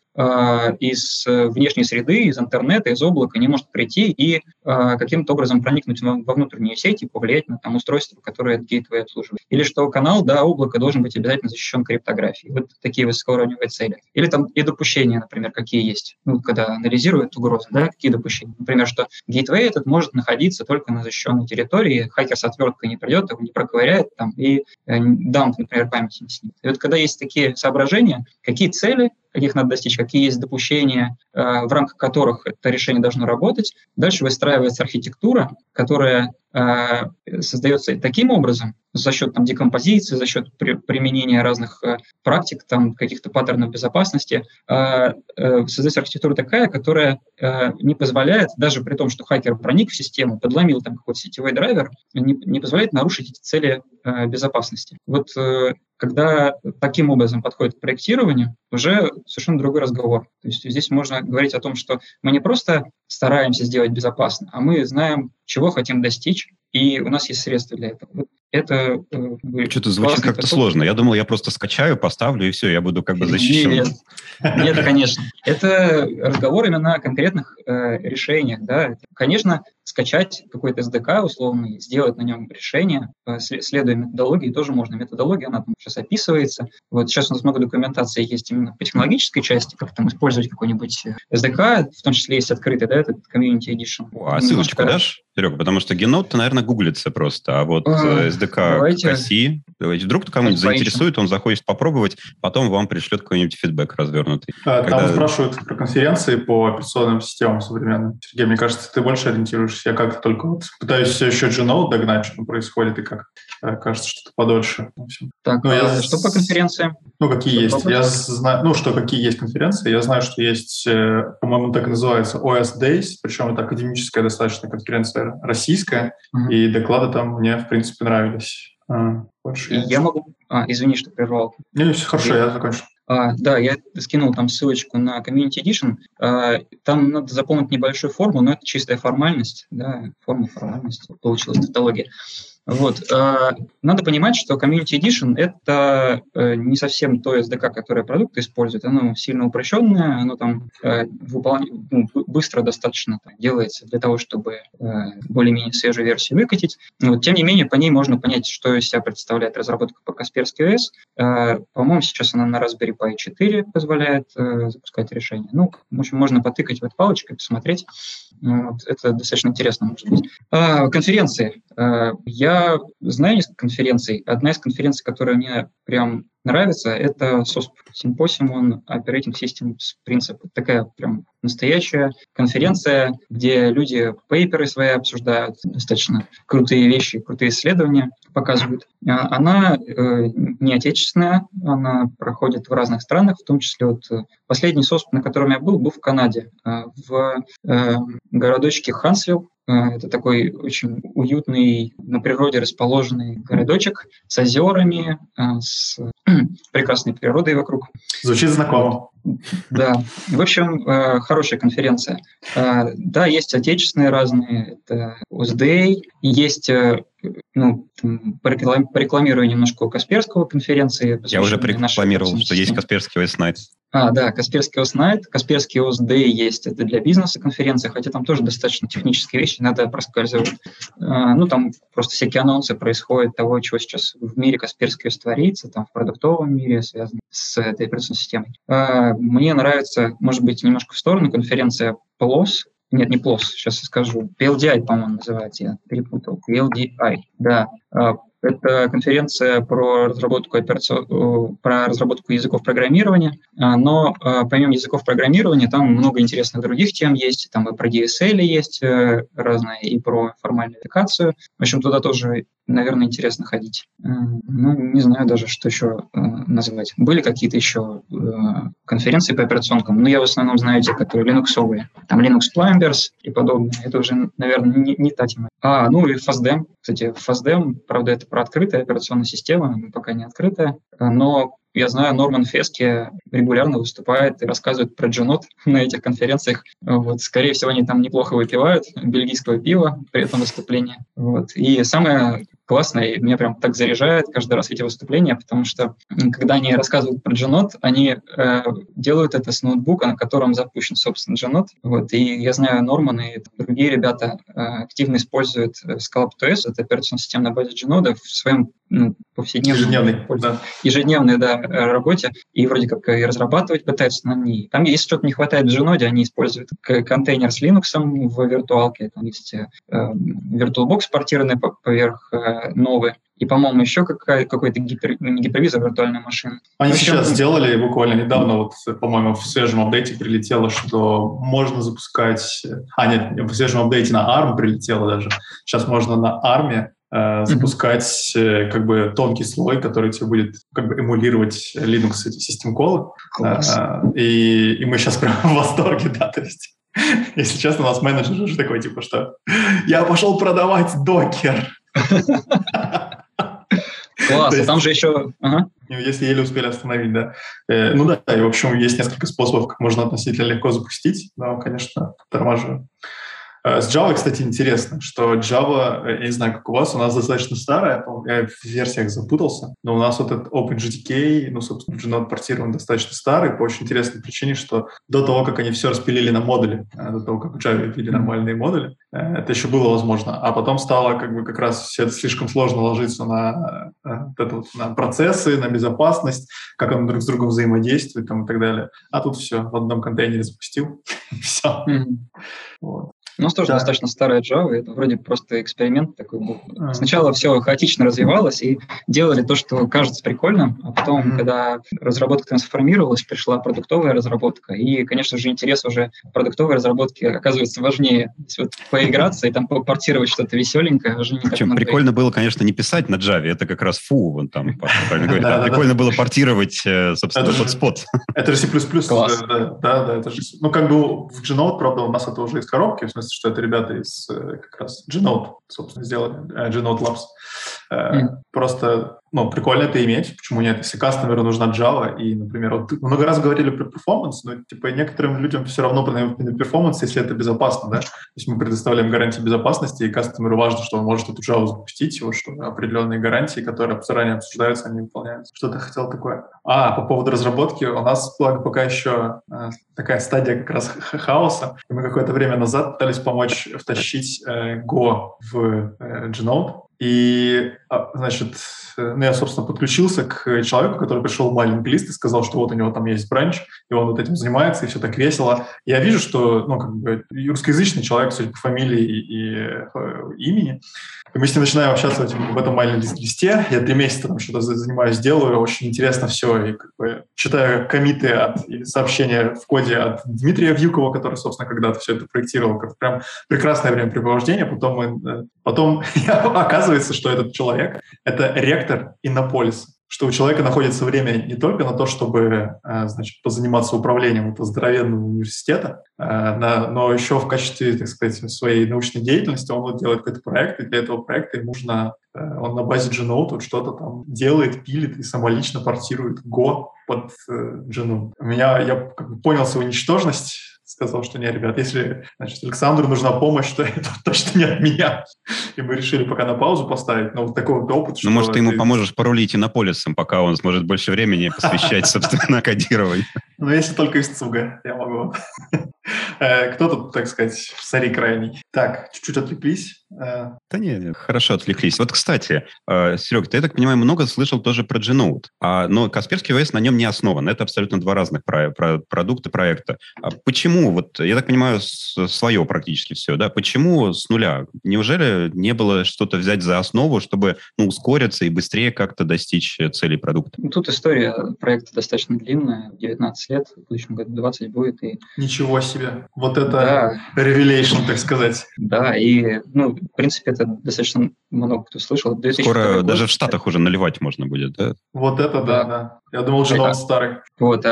Speaker 2: из внешней среды, из интернета, из облака не может прийти и каким-то образом проникнуть во внутреннюю сеть и повлиять на там устройство, которое этот gateway обслуживает. Или что канал, да, облака должен быть обязательно защищен криптографией. Вот такие высокоуровневые цели. Или там и допущения, например, какие есть. Ну, когда анализируют угрозы, да, какие допущения. Например, что gateway этот может находиться только на защищенной территории, хакер с отверткой не придет, его не проковыряет там, и дамп, например, памяти не снимет. И вот когда есть такие соображения, какие цели, каких надо достичь, какие есть допущения, в рамках которых это решение должно работать, дальше выстраивается архитектура, которая создается таким образом, за счет там, декомпозиции, за счет применения разных практик, там, каких-то паттернов безопасности, создается архитектура такая, которая не позволяет, даже при том, что хакер проник в систему, подломил там какой-то сетевой драйвер, не позволяет нарушить эти цели безопасности. Вот когда таким образом подходит к проектированию, уже совершенно другой разговор. То есть здесь можно говорить о том, что мы не просто стараемся сделать безопасно, а мы знаем, чего хотим достичь, и у нас есть средства для этого. Вот это
Speaker 3: что-то звучит как-то сложно. Я думал, я просто скачаю, поставлю, и все, я буду как бы защищен.
Speaker 2: Нет, конечно. Это разговор именно о конкретных решениях. Да. Конечно, скачать какой-то SDK условный, сделать на нем решение, следуя методологии, тоже можно. Методология, она там сейчас описывается. Вот сейчас у нас много документации есть именно по технологической части, как там использовать какой-нибудь SDK, в том числе есть открытый, да, этот Community Edition.
Speaker 3: А ссылочку дашь, Серега? Потому что Genode, наверное, гуглится просто, а вот SDK CASI, давайте, вдруг кому-нибудь заинтересует, он захочет попробовать, потом вам пришлет какой-нибудь фидбэк развернутый.
Speaker 1: Там спрашивают про конференции по операционным системам современным. Сергей, мне кажется, ты больше ориентируешься. Я как-то только вот пытаюсь все еще Genode догнать, что происходит, и как кажется, что-то подольше.
Speaker 2: Так, что по конференциям?
Speaker 1: Какие есть? Я знаю, какие есть конференции. Я знаю, что есть, по-моему, так и называется OS Days, причем это академическая достаточно конференция российская, и доклады там мне, в принципе, нравились.
Speaker 2: Я могу... извини, что прервал.
Speaker 1: Нет, все хорошо, я закончил.
Speaker 2: Да, я скинул там ссылочку на Community Edition. Там надо заполнить небольшую форму, но это чистая формальность. Да, формальность. Получилась тавтология. Вот. Надо понимать, что Community Edition – это не совсем то SDK, которое продукт использует. Оно сильно упрощенное, оно там быстро достаточно делается для того, чтобы более-менее свежую версию выкатить. Вот. Тем не менее, по ней можно понять, что из себя представляет разработка по Kaspersky OS. По-моему, сейчас она на Raspberry Pi 4 позволяет запускать решение. В общем, можно потыкать в эту палочку и посмотреть. Вот. Это достаточно интересно может быть. Конференции. Я Я знаю несколько конференций. Одна из конференций, которая мне прям нравится, это SOSP, Symposium on Operating Systems Principle. Такая прям настоящая конференция, где люди пейперы свои обсуждают, достаточно крутые вещи, крутые исследования показывают. Она не отечественная, она проходит в разных странах, в том числе вот последний SOSP, на котором я был в Канаде, в городочке Хансвилл. Это такой очень уютный, на природе расположенный городочек с озерами, с прекрасной природой вокруг.
Speaker 1: Звучит знакомо.
Speaker 2: Да. В общем, хорошая конференция. Да, есть отечественные разные, это OSDA, есть, порекламирую немножко у Касперского конференции.
Speaker 3: Я уже прорекламировал, что есть Касперский OS Night.
Speaker 2: Да, Касперский OS Night, Касперский OSDA есть, это для бизнеса конференция, хотя там тоже достаточно технические вещи, надо проскальзывать. Там просто всякие анонсы происходят того, чего сейчас в мире Касперский OS творится, там в продуктовом мире, связано с этой операционной системой. Мне нравится, может быть, немножко в сторону конференция PLOS. Нет, не PLOS, сейчас я скажу. PLDI, по-моему, называется, я перепутал. PLDI, да. Это конференция про разработку языков программирования, но помимо языков программирования там много интересных других тем есть, там и про DSL есть разные, и про формальную аппликацию. В общем, туда тоже, наверное, интересно ходить. Не знаю даже, что еще назвать. Были какие-то еще конференции по операционкам, но я в основном знаю те, которые линуксовые. Там Linux Plumbers и подобное. Это уже, наверное, не та тема. И FastDem. Кстати, FastDem, правда, это про открытая операционная система, пока не открытая, но я знаю, Норман Фески регулярно выступает и рассказывает про Genode на этих конференциях. Скорее всего, они там неплохо выпивают бельгийского пива при этом выступлении. И самое классное, и меня прям так заряжает каждый раз эти выступления, потому что, когда они рассказывают про Genode, они делают это с ноутбука, на котором запущен, собственно, Genode. И я знаю, Норман и другие ребята активно используют Scalp2S, это операционная система на базе Genode, в своем ежедневной работе, и вроде как и разрабатывать пытаются на ней. Там, если что-то не хватает в Genode, они используют контейнер с Linux в виртуалке, там есть VirtualBox, портированный поверх новый, и, по-моему, еще какой-то гипервизор виртуальной машины.
Speaker 1: Они сейчас сделали буквально недавно, по-моему, в свежем апдейте прилетело, что можно запускать... в свежем апдейте на ARM прилетело даже. Сейчас можно на ARM запускать тонкий слой, который тебе будет эмулировать Linux System Call. И мы сейчас прям в восторге, да, то есть, если честно, у нас менеджер уже такой, что я пошел продавать докер.
Speaker 2: Класс, а там же еще...
Speaker 1: Если еле успели остановить, да. И, в общем, есть несколько способов, как можно относительно легко запустить, но, конечно, торможу. С Java, кстати, интересно, что Java, я не знаю, как у вас достаточно старая, я в версиях запутался, но у нас этот OpenJDK, собственно, Genode портирован достаточно старый по очень интересной причине, что до того, как они все распилили на модули, до того, как в Java ввели нормальные модули, это еще было возможно, а потом стало как раз все это слишком сложно ложиться на процессы, на безопасность, как он друг с другом взаимодействует и так далее. А тут все в одном контейнере запустил, все.
Speaker 2: У нас тоже достаточно старая Java, это вроде просто эксперимент такой был. Сначала все хаотично развивалось, и делали то, что кажется прикольным, а потом, когда разработка трансформировалась, пришла продуктовая разработка, и, конечно же, интерес уже продуктовой разработки оказывается важнее. То есть поиграться и там портировать что-то веселенькое уже не так много.
Speaker 3: Прикольно было, конечно, не писать на Java, это как раз фу, там, правильно говорит. Прикольно было портировать, собственно, hotspot.
Speaker 1: Это же C++.
Speaker 2: Класс.
Speaker 1: Да, это же... в Genode, правда, у нас это уже из коробки, в смысле, что это ребята из как раз Genode, собственно, сделали, Genode Labs. Просто, прикольно это иметь, почему нет? Если кастомеру нужна Java, и, например, много раз говорили про перформанс, но некоторым людям все равно на перформанс, если это безопасно, да? То есть мы предоставляем гарантии безопасности, и кастомеру важно, что он может эту Java запустить, что определенные гарантии, которые заранее обсуждаются, они выполняются. Что ты хотел такое? По поводу разработки, у нас, благо, пока еще такая стадия как раз хаоса, и мы какое-то время назад пытались помочь втащить Go в Genode, И, значит, я, собственно, подключился к человеку, который пришел в маленький лист и сказал, что вот у него там есть бранч, и он вот этим занимается, и все так весело. Я вижу, что, русскоязычный человек, судя по фамилии и имени. И мы с ним начинаем общаться в этом маленьком листе. Я 3 месяца там что-то занимаюсь, делаю, очень интересно все. И читаю коммиты и сообщения в коде от Дмитрия Вьюкова, который, собственно, когда-то все это проектировал. Как прям прекрасное времяпрепровождение. Потом оказывается, что этот человек — это ректор Иннополиса. Что у человека находится время не только на то, чтобы, позаниматься управлением этого здоровенного университета, но еще в качестве, так сказать, своей научной деятельности он делает какой-то проект, и для этого проекта ему нужно, он на базе G-Note что-то там делает, пилит и самолично портирует Go под G-Note. Я понял свою ничтожность, сказал, что нет, ребят, если, Александру нужна помощь, то это точно не от меня. И мы решили пока на паузу поставить, но вот такой вот опыт.
Speaker 3: Ну, может, ты ему поможешь порулить Иннополисом, пока он сможет больше времени посвящать, собственно, кодированию.
Speaker 1: Ну, если только из ЦУГа, я могу. Кто тут, так сказать, в цари крайний? Так, чуть-чуть отвлеклись.
Speaker 3: Да нет, хорошо отвлеклись. Вот, кстати, Серег, ты, я так понимаю, много слышал тоже про G-Note, но Касперский ОС на нем не основан. Это абсолютно 2 разных продукта, проекта. Почему? Вот, я так понимаю, свое практически все, да? Почему с нуля? Неужели не было что-то взять за основу, чтобы ускориться и быстрее как-то достичь целей продукта?
Speaker 2: Тут история проекта достаточно длинная, 19 лет, в будущем году 20 будет. И...
Speaker 1: Ничего себе! Вот это revelation, так сказать.
Speaker 2: Да, и, в принципе, это достаточно много кто слышал.
Speaker 3: Скоро даже в Штатах уже наливать можно будет, да?
Speaker 1: Вот это да. Я думал, G-Note старый.
Speaker 2: Вот,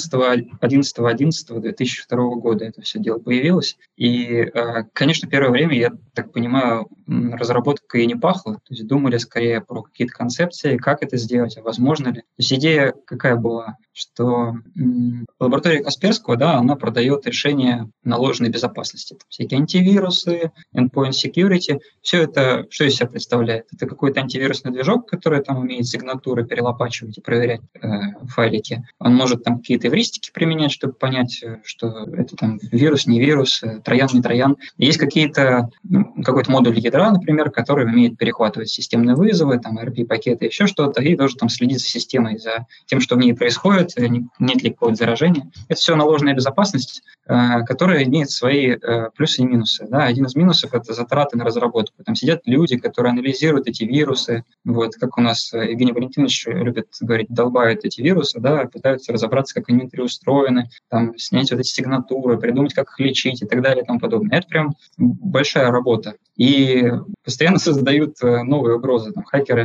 Speaker 2: 11.11.2002 года это все дело появилось. И, конечно, первое время, я так понимаю, разработкой не пахло. То есть думали скорее про какие-то концепции, как это сделать, а возможно ли. То есть идея какая была, что лаборатория Касперского, она продает решения наложенной безопасности. Там всякие антивирусы, endpoint security. Все это, что из себя представляет? Это какой-то антивирусный движок, который там умеет сигнатуры перелопачивать и проверять файлики. Он может там какие-то эвристики применять, чтобы понять, что это там вирус, не вирус, троян, не троян. Есть какой-то модуль ядра, например, который умеет перехватывать системные вызовы, там RP-пакеты, еще что-то, и должен там следить за системой, за тем, что в ней происходит, нет ли какого-то заражения. Это все наложенная безопасность, которая имеет свои плюсы и минусы. Да? Один из минусов – это затраты на разработку. Там сидят люди, которые анализируют эти вирусы. Вот, как у нас Евгений Валентинович любит говорить, долбают эти вирусы, пытаются разобраться, как они внутри устроены, там, снять вот эти сигнатуры, придумать, как их лечить и так далее и тому подобное. Это прям большая работа. И постоянно создают новые угрозы. Там, хакеры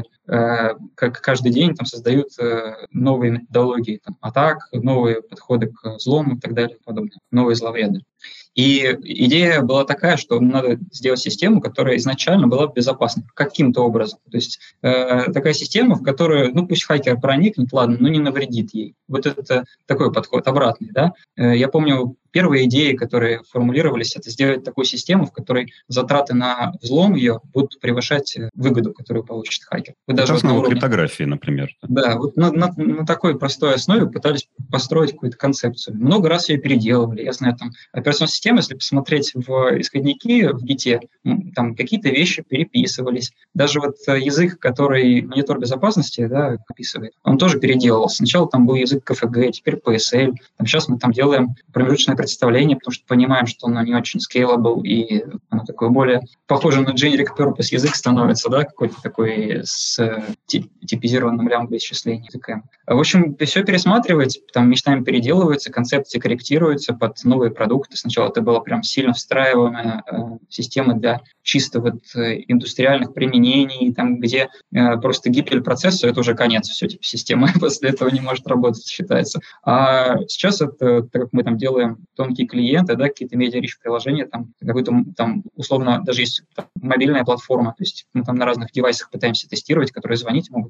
Speaker 2: как каждый день там, создают новые методологии атак, новые подходы к взлому и так далее и подобное, новые зловреды. И идея была такая, что надо сделать систему, которая изначально была безопасна каким-то образом. То есть такая система, в которую, пусть хакер проникнет, ладно, но не навредит ей. Вот это такой подход обратный, да. Я помню, первые идеи, которые формулировались, это сделать такую систему, в которой затраты на взлом ее будут превышать выгоду, которую получит хакер.
Speaker 3: Даже основу криптографии, например.
Speaker 2: Да, вот на такой простой основе пытались построить какую-то концепцию. Много раз ее переделывали. Я знаю, там, операционная система, если посмотреть в исходники в Git, там какие-то вещи переписывались. Даже вот язык, который монитор безопасности описывает, он тоже переделывался. Сначала там был язык KFG, теперь PSL. Сейчас мы там делаем промежуточное представление, потому что понимаем, что оно не очень scalable, и оно такое более похоже на generic purpose язык становится, какой-то такой с типизированным лямбда-исчислением языка. В общем, все пересматривается, там местами переделывается, концепции корректируются под новые продукты. Сначала это была прям сильно встраиваемая система для чисто индустриальных применений, там, где просто гибель процесса — это уже конец все, система после этого не может работать, считается. А сейчас это, так как мы там делаем тонкие клиенты, какие-то медиа-рич приложения, там, какой-то там, условно, даже есть мобильная платформа, то есть мы там на разных девайсах пытаемся тестировать, которые звонить могут.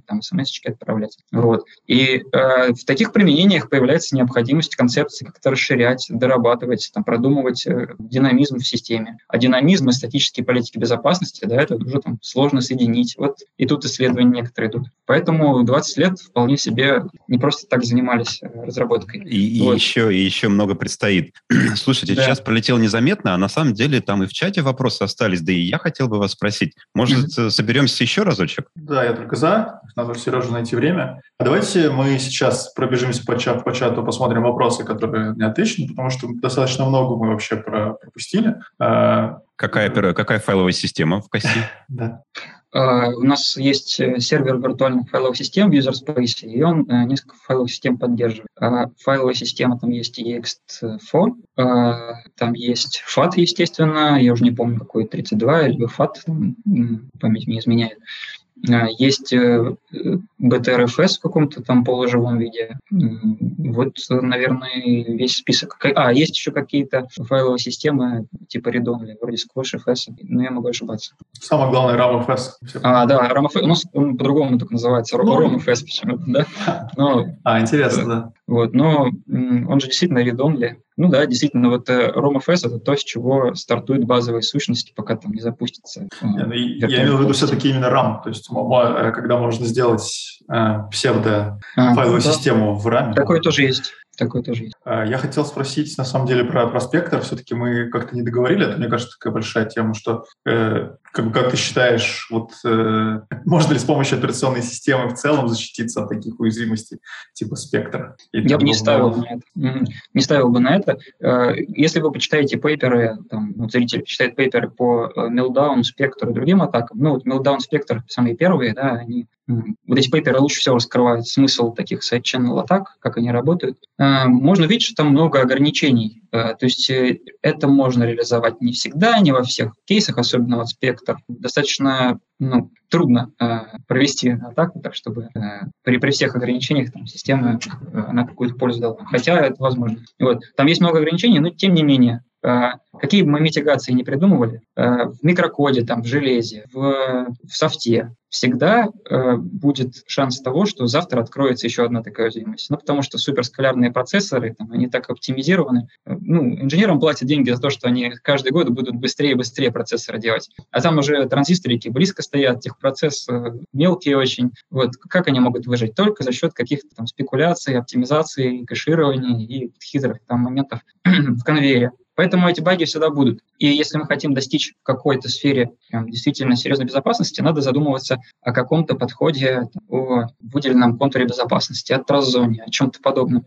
Speaker 2: там смс-очки отправлять. Вот. И в таких применениях появляется необходимость концепции как-то расширять, дорабатывать, там, продумывать динамизм в системе. А динамизм и статические политики безопасности, да, это уже там сложно соединить. Вот и тут исследования некоторые идут. Поэтому 20 лет вполне себе не просто так занимались разработкой.
Speaker 3: И еще много предстоит. Слушайте, сейчас пролетел незаметно, а на самом деле там и в чате вопросы остались, да и я хотел бы вас спросить. Может, соберемся еще разочек?
Speaker 1: Да, я только за. Надо Сережу найти время. А давайте мы сейчас пробежимся по чату, посмотрим вопросы, которые не отвечены, потому что достаточно много мы вообще пропустили.
Speaker 3: Какая файловая система в КАСИ?
Speaker 1: Да.
Speaker 2: У нас есть сервер виртуальных файловых систем в UserSpace, и он несколько файловых систем поддерживает. Файловая система, там есть ext4, там есть FAT, естественно, я уже не помню, какой, 32 или FAT, память мне изменяет. Есть BTRFS в каком-то там полуживом виде. Вот, наверное, весь список. Есть еще какие-то файловые системы типа Read-Only, вроде SquashFS, но я могу ошибаться.
Speaker 1: Самое главное, RAMFS.
Speaker 2: Да, RAMFS, у нас он по-другому только называется, ROMFS почему-то, да?
Speaker 1: Интересно, да.
Speaker 2: Вот, но он же действительно Read-Only. Ну да, действительно, вот ROMFS — это то, с чего стартуют базовые сущности, пока там не запустится.
Speaker 1: Я имел в виду все-таки именно RAM, то есть когда можно сделать псевдо-файловую систему в RAM.
Speaker 2: Такое тоже есть.
Speaker 1: Я хотел спросить, на самом деле, про Spectre. Все-таки мы как-то не договорили. Это, мне кажется, такая большая тема, что как ты считаешь, можно ли с помощью операционной системы в целом защититься от таких уязвимостей типа Spectre?
Speaker 2: Я бы не ставил бы на это. Если вы почитаете пейперы, зритель почитает пейперы по Meltdown, Spectre и другим атакам, Meltdown, Spectre самые первые, да, вот эти пейперы лучше всего раскрывают смысл таких сайд-ченнел атак, как они работают. Можно видеть, что там много ограничений. То есть это можно реализовать не всегда, не во всех кейсах, особенно вот Spectre. Достаточно трудно провести атаку так, чтобы при всех ограничениях система она какую-то пользу дала. Хотя это возможно. Там есть много ограничений, но тем не менее, какие бы мы митигации не придумывали, в микрокоде, в железе, в софте, всегда будет шанс того, что завтра откроется еще одна такая уязвимость. Потому что суперскалярные процессоры, они так оптимизированы. Инженерам платят деньги за то, что они каждый год будут быстрее и быстрее процессоры делать. А там уже транзисторики близко стоят, техпроцесс мелкие очень. Как они могут выжить? Только за счет каких-то спекуляций, оптимизации, кэширования и хитрых моментов в конвейере. Поэтому эти баги всегда будут. И если мы хотим достичь в какой-то сфере действительно серьезной безопасности, надо задумываться о каком-то подходе, о выделенном контуре безопасности, о трust-зоне, о чем-то подобном.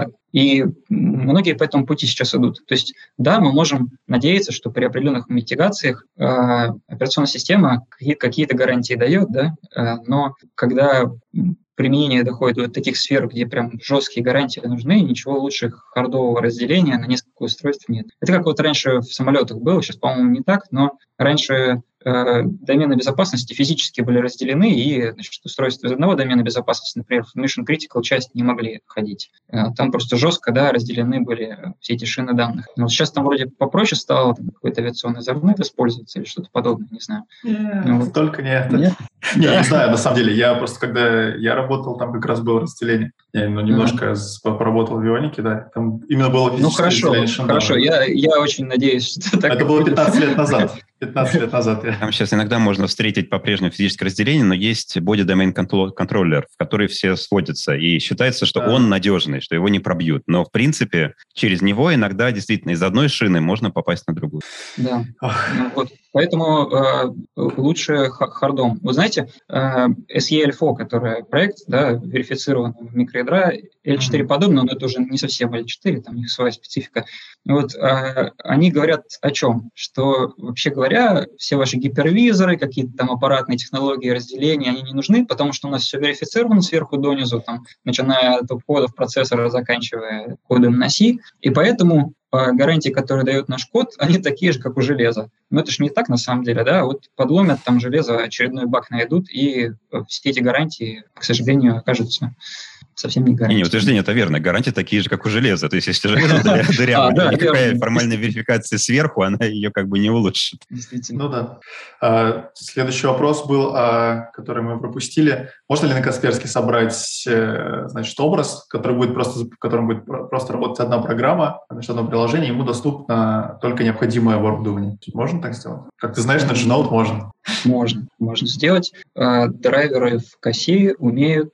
Speaker 2: И многие по этому пути сейчас идут. То есть, да, мы можем надеяться, что при определенных митигациях операционная система какие-то гарантии дает, да, но когда применение доходит до таких сфер, где прям жесткие гарантии нужны, ничего лучше хардового разделения на несколько устройств нет. Это как раньше в самолетах было, сейчас, по-моему, не так, но раньше домены безопасности физически были разделены, и устройства из одного домена безопасности, например, в Mission Critical часть не могли ходить. Там просто жестко разделены были все эти шины данных. Но сейчас там вроде попроще стало, какой-то авиационный Ethernet используется или что-то подобное, не знаю.
Speaker 1: Только не это. Нет? Не знаю, на самом деле. Я просто, когда я работал, там как раз было разделение. Я немножко поработал в авионике, да. Там именно было физическое разделение шин данных.
Speaker 2: Хорошо. Я очень надеюсь, что так.
Speaker 1: Это было 15 лет назад. 15 лет назад.
Speaker 3: Там сейчас иногда можно встретить по-прежнему физическое разделение, но есть body domain controller, в который все сводятся, и считается, что он надежный, что его не пробьют. Но, в принципе, через него иногда действительно из одной шины можно попасть на другую.
Speaker 2: Да. Поэтому лучше хардом. Вы знаете, SEL4, который проект, верифицированный в микроядра, L4 подобно, но это уже не совсем L4, там у них своя специфика. Они говорят о чем? Что, вообще говоря, все ваши гипервизоры, какие-то там аппаратные технологии разделения, они не нужны, потому что у нас все верифицировано сверху донизу, начиная от топ-кодов процессора, заканчивая кодом на C, и поэтому гарантии, которые дает наш код, они такие же, как у железа. Но это же не так на самом деле, да? Подломят железо, очередной баг найдут, и все эти гарантии, к сожалению, окажутся совсем не гарантии.
Speaker 3: Не, утверждение это верно. Гарантии такие же, как у железа. То есть, если железо дырявое, никакая формальная верификация сверху, она ее не улучшит.
Speaker 1: Действительно. Следующий вопрос был, который мы пропустили. можно ли на Касперске собрать, значит, образ, в котором будет просто работать одна программа, значит, одно приложение, ему доступно только необходимое оборудование. Можно так сделать? Как ты знаешь, на Gnote можно.
Speaker 2: Можно сделать. Драйверы в Касси умеют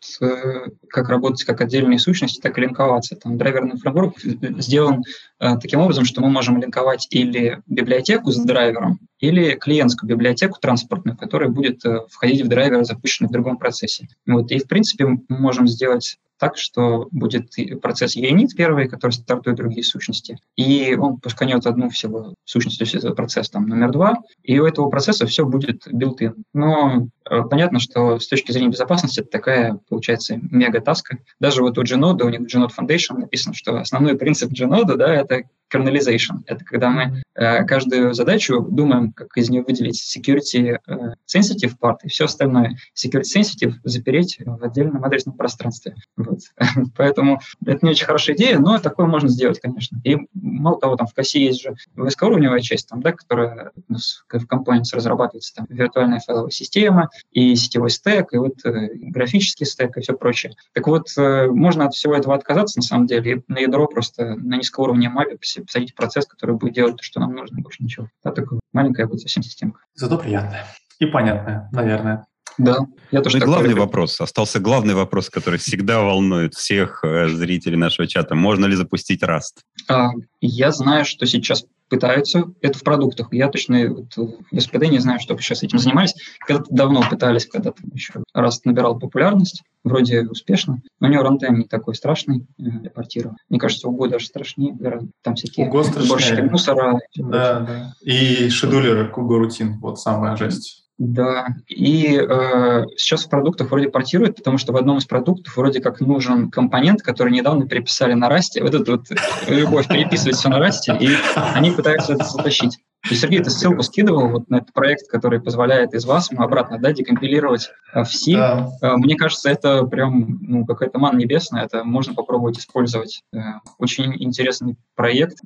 Speaker 2: как работать как отдельные сущности, так и линковаться. Там драйверный фреймворк сделан таким образом, что мы можем линковать или библиотеку с драйвером, или клиентскую библиотеку транспортную, которая будет входить в драйвер, запущенный в другом процессе. Вот. И, в принципе, мы можем сделать так, что будет процесс unit первый, который стартует другие сущности, и он пусканет одну всего сущность, то есть это процесс там, номер 2, и у этого процесса все будет built-in. Но понятно, что с точки зрения безопасности это такая, получается, мега-таска. Даже вот у Gnodo, у них в Gnodo Foundation написано, что основной принцип Gnodo, да, это kernelization. Это когда мы каждую задачу думаем, как из нее выделить security sensitive part и все остальное. Security sensitive запереть в отдельном адресном пространстве. Вот. Поэтому это не очень хорошая идея, но такое можно сделать, конечно. И мало того, там в Касси есть же высокоуровневая часть, там, да, которая у нас в Components разрабатывается, там виртуальная файловая система, и сетевой стэк, и вот графический стэк, и все прочее. Так вот, можно от всего этого отказаться, на самом деле, и на ядро просто на низкоуровневом мапе посадить процесс, который будет делать то, что нам нужно, больше ничего. Да, такая маленькая будет совсем системка.
Speaker 1: Зато приятная и понятная, наверное.
Speaker 2: Да, я тоже.
Speaker 3: Ну и главный вопрос. Остался главный вопрос, который всегда волнует всех зрителей нашего чата. Можно ли запустить Rust?
Speaker 2: Я знаю, что сейчас пытаются. Это в продуктах. Я точно в СПД не знаю, чтобы сейчас этим занимались. Когда-то давно пытались, когда-то еще Rust набирал популярность. Вроде успешно. Но у него рантайм не такой страшный для портирования. Мне кажется, у Go даже страшнее. Там всякие сборщики мусора.
Speaker 1: Да. И шедулеры Go Routine. Вот самая жесть.
Speaker 2: Да, и сейчас в продуктах вроде портируют, потому что в одном из продуктов вроде как нужен компонент, который недавно переписали на Rust. Вот эту вот любовь переписывать все на Rust, и они пытаются это затащить. И Сергей, ты ссылку скидывал вот на этот проект, который позволяет из WASM обратно, да, декомпилировать в C. Да. Мне кажется, это прям какая-то манна небесная, это можно попробовать использовать. Очень интересный проект.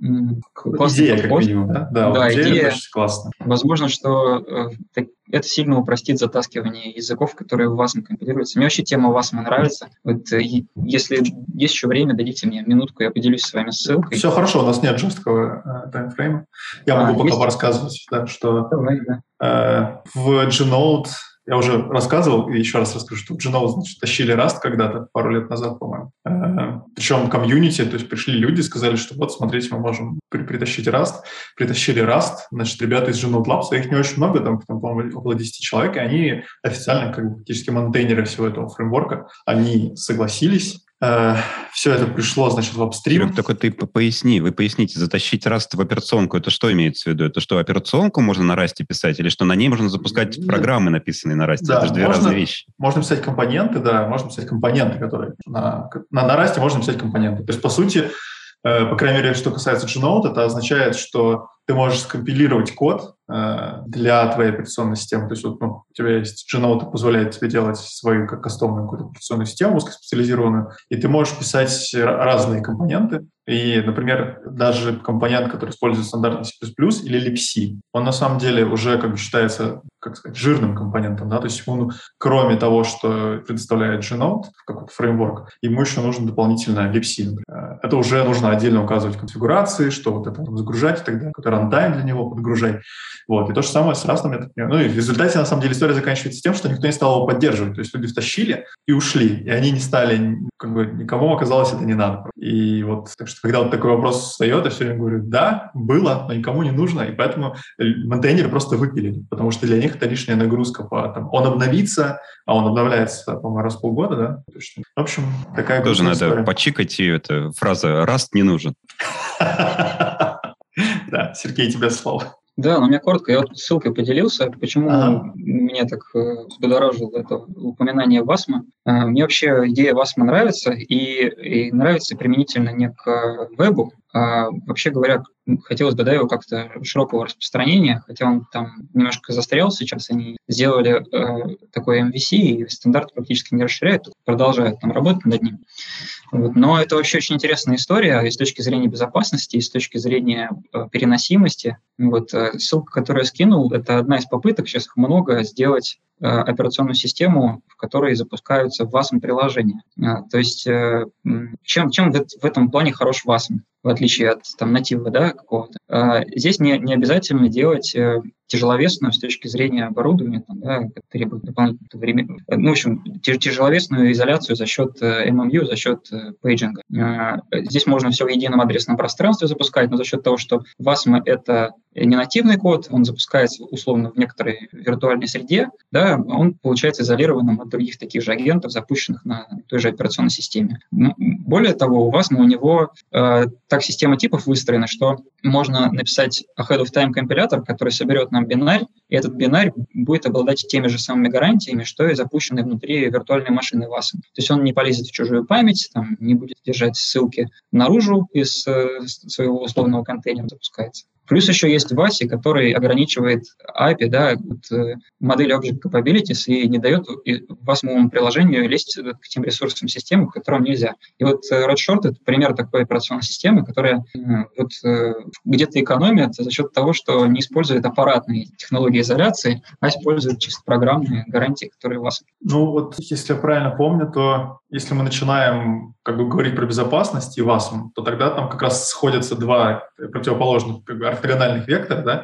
Speaker 1: Идея, как минимум, да?
Speaker 2: Да, идея
Speaker 1: классно.
Speaker 2: Возможно, что это сильно упростит затаскивание языков, которые в WASM компилируются. Мне вообще тема WASM нравится. Вот, если есть еще время, дадите мне минутку, я поделюсь с вами ссылкой.
Speaker 1: Все хорошо, у нас нет жесткого таймфрейма. Я могу пока рассказывать, да, что в Gnodo, я уже рассказывал, и еще раз расскажу, что в Gnodo, значит, тащили Rust когда-то, пару лет назад, по-моему. Причем комьюнити, то есть пришли люди, сказали, что вот, смотрите, мы можем притащить Rust. Притащили Rust, значит, ребята из Gnodo Labs, их не очень много, там, по-моему, около 10 человек, и они официально, как бы, практически монтейнеры всего этого фреймворка, они согласились. Все это пришло, значит, в апстрим.
Speaker 3: Серег, только ты вы поясните, затащить Rust в операционку, это что имеется в виду? Это что, операционку можно на Rust писать, или что на ней можно запускать программы, написанные на Rust?
Speaker 1: Да,
Speaker 3: это же две разные вещи.
Speaker 1: Можно писать компоненты, да, можно писать компоненты, которые на Rust можно писать компоненты. То есть, по сути, по крайней мере, что касается Gnodo, это означает, что ты можешь скомпилировать код для твоей операционной системы. То есть вот, у тебя есть Gnodo, позволяет тебе делать свою как кастомную какую-то операционную систему, узкоспециализированную, и ты можешь писать разные компоненты. И, например, даже компонент, который использует стандартный C++ или libc, он на самом деле уже как бы считается, как сказать, жирным компонентом. Да? То есть ему, кроме того, что предоставляет Gnodo, какой-то фреймворк, ему еще нужен дополнительно libc. Например. Это уже нужно отдельно указывать конфигурации, что вот это загружать и так далее, какой рантайм для него подгружать. Вот. И то же самое с Rust, я так понимаю. Ну и в результате, на самом деле, история заканчивается тем, что никто не стал его поддерживать. То есть люди втащили и ушли. И они не стали, как бы, никому оказалось это не надо. И вот, так что, когда вот такой вопрос встает, я все время говорю, да, было, но никому не нужно. И поэтому монтейнеры просто выпилили, потому что для них это лишняя нагрузка. Он обновится, а он обновляется, по-моему, раз в полгода, да? В общем, такая
Speaker 3: тоже надо история. Почикать, и эта фраза «Rust не нужен».
Speaker 1: Да, Сергей, тебе слово.
Speaker 2: Да, но у меня коротко, я вот ссылкой поделился, почему меня так взбудоражило это упоминание WASM. Мне вообще идея WASM нравится, и нравится применительно не к вебу, а вообще говоря, хотелось бы его как-то широкого распространения, хотя он там немножко застрял сейчас, они сделали такой MVC, и стандарт практически не расширяют, продолжают там работать над ним. Вот. Но это вообще очень интересная история и с точки зрения безопасности, и с точки зрения переносимости. Вот. Ссылка, которую я скинул, это одна из попыток, сейчас их много, сделать операционную систему, в которой запускаются WASM-приложения. То есть чем в этом плане хорош WASM, в отличие от натива, да, какого-то? Здесь не обязательно делать тяжеловесную с точки зрения оборудования, которое требует дополнительного времени. В общем, тяжеловесную изоляцию за счет MMU, за счет пейджинга. Здесь можно все в едином адресном пространстве запускать, но за счет того, что WASM — это не нативный код, он запускается условно в некоторой виртуальной среде, да, он получается изолированным от других таких же агентов, запущенных на той же операционной системе. Более того, у WASM у него так система типов выстроена, что можно написать ahead of time компилятор, который соберет нам бинарь, и этот бинарь будет обладать теми же самыми гарантиями, что и запущенные внутри виртуальной машины WASM. То есть он не полезет в чужую память, не будет держать ссылки наружу из своего условного контейнера, запускается. Плюс еще есть WASI, который ограничивает API, да, модель Object Capabilities, и не дает WASM-овому приложению лезть к тем ресурсам системы, к которым нельзя. И вот Redshort — это пример такой операционной системы, которая где-то экономит за счет того, что не использует аппаратные технологии изоляции, а использует чисто программные гарантии, которые WASM.
Speaker 1: Если я правильно помню, то если мы начинаем говорить про безопасность и WASM, то тогда там как раз сходятся два противоположных ортогональных вектора, да,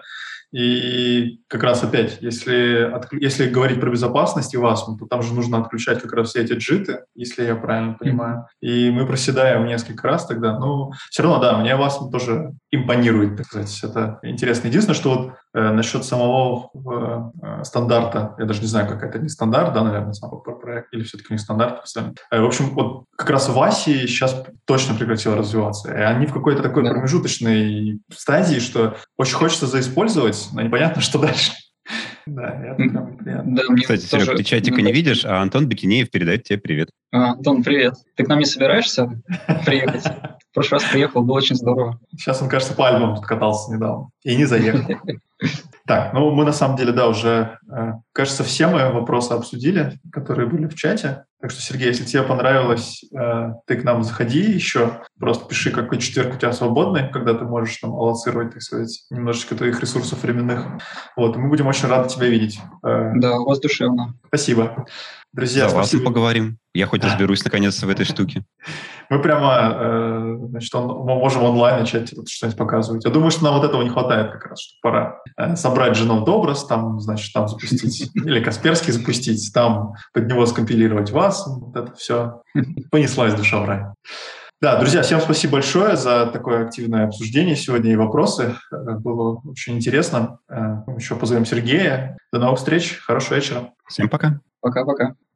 Speaker 1: и как раз опять, если говорить про безопасность и WASM, то там же нужно отключать как раз все эти джиты, если я правильно понимаю. И мы проседаем несколько раз тогда. Все равно, да, мне WASM тоже импонирует, так сказать. Это интересно. Единственное, что насчет самого стандарта, я даже не знаю, как это, не стандарт, да, наверное, сам проект, или все-таки не стандарт. В общем, как раз WASI сейчас точно прекратил развиваться. И они в какой-то такой промежуточной стадии, что очень хочется заиспользовать, но непонятно, что дальше. Да, это прям приятно.
Speaker 3: Да, кстати, Серег, ты чатика не видишь, а Антон Бекинеев передает тебе привет.
Speaker 2: Антон, привет. Ты к нам не собираешься приехать? В прошлый раз приехал, было очень здорово.
Speaker 1: Сейчас он, кажется, по альбому катался недавно и не заехал. Так, мы на самом деле, да, уже, кажется, все мои вопросы обсудили, которые были в чате. Так что, Сергей, если тебе понравилось, ты к нам заходи еще. Просто пиши, какой четверг у тебя свободный, когда ты можешь аллоцировать, так сказать, немножечко твоих ресурсов временных. И мы будем очень рады тебя видеть.
Speaker 2: Да, у вас душевно.
Speaker 1: Спасибо. Друзья,
Speaker 3: спасибо. Поговорим. Я хоть разберусь наконец-то в этой штуке.
Speaker 1: Мы прямо, мы можем онлайн начать что-нибудь показывать. Я думаю, что нам этого не хватает как раз, что пора собрать Genome образ, там запустить, или Касперский запустить, там под него скомпилировать вас. Вот это все. Понеслась душа в рай. Да, друзья, всем спасибо большое за такое активное обсуждение сегодня и вопросы. Было очень интересно. Еще позовем Сергея. До новых встреч. Хорошего вечера.
Speaker 3: Всем пока.
Speaker 2: Пока-пока.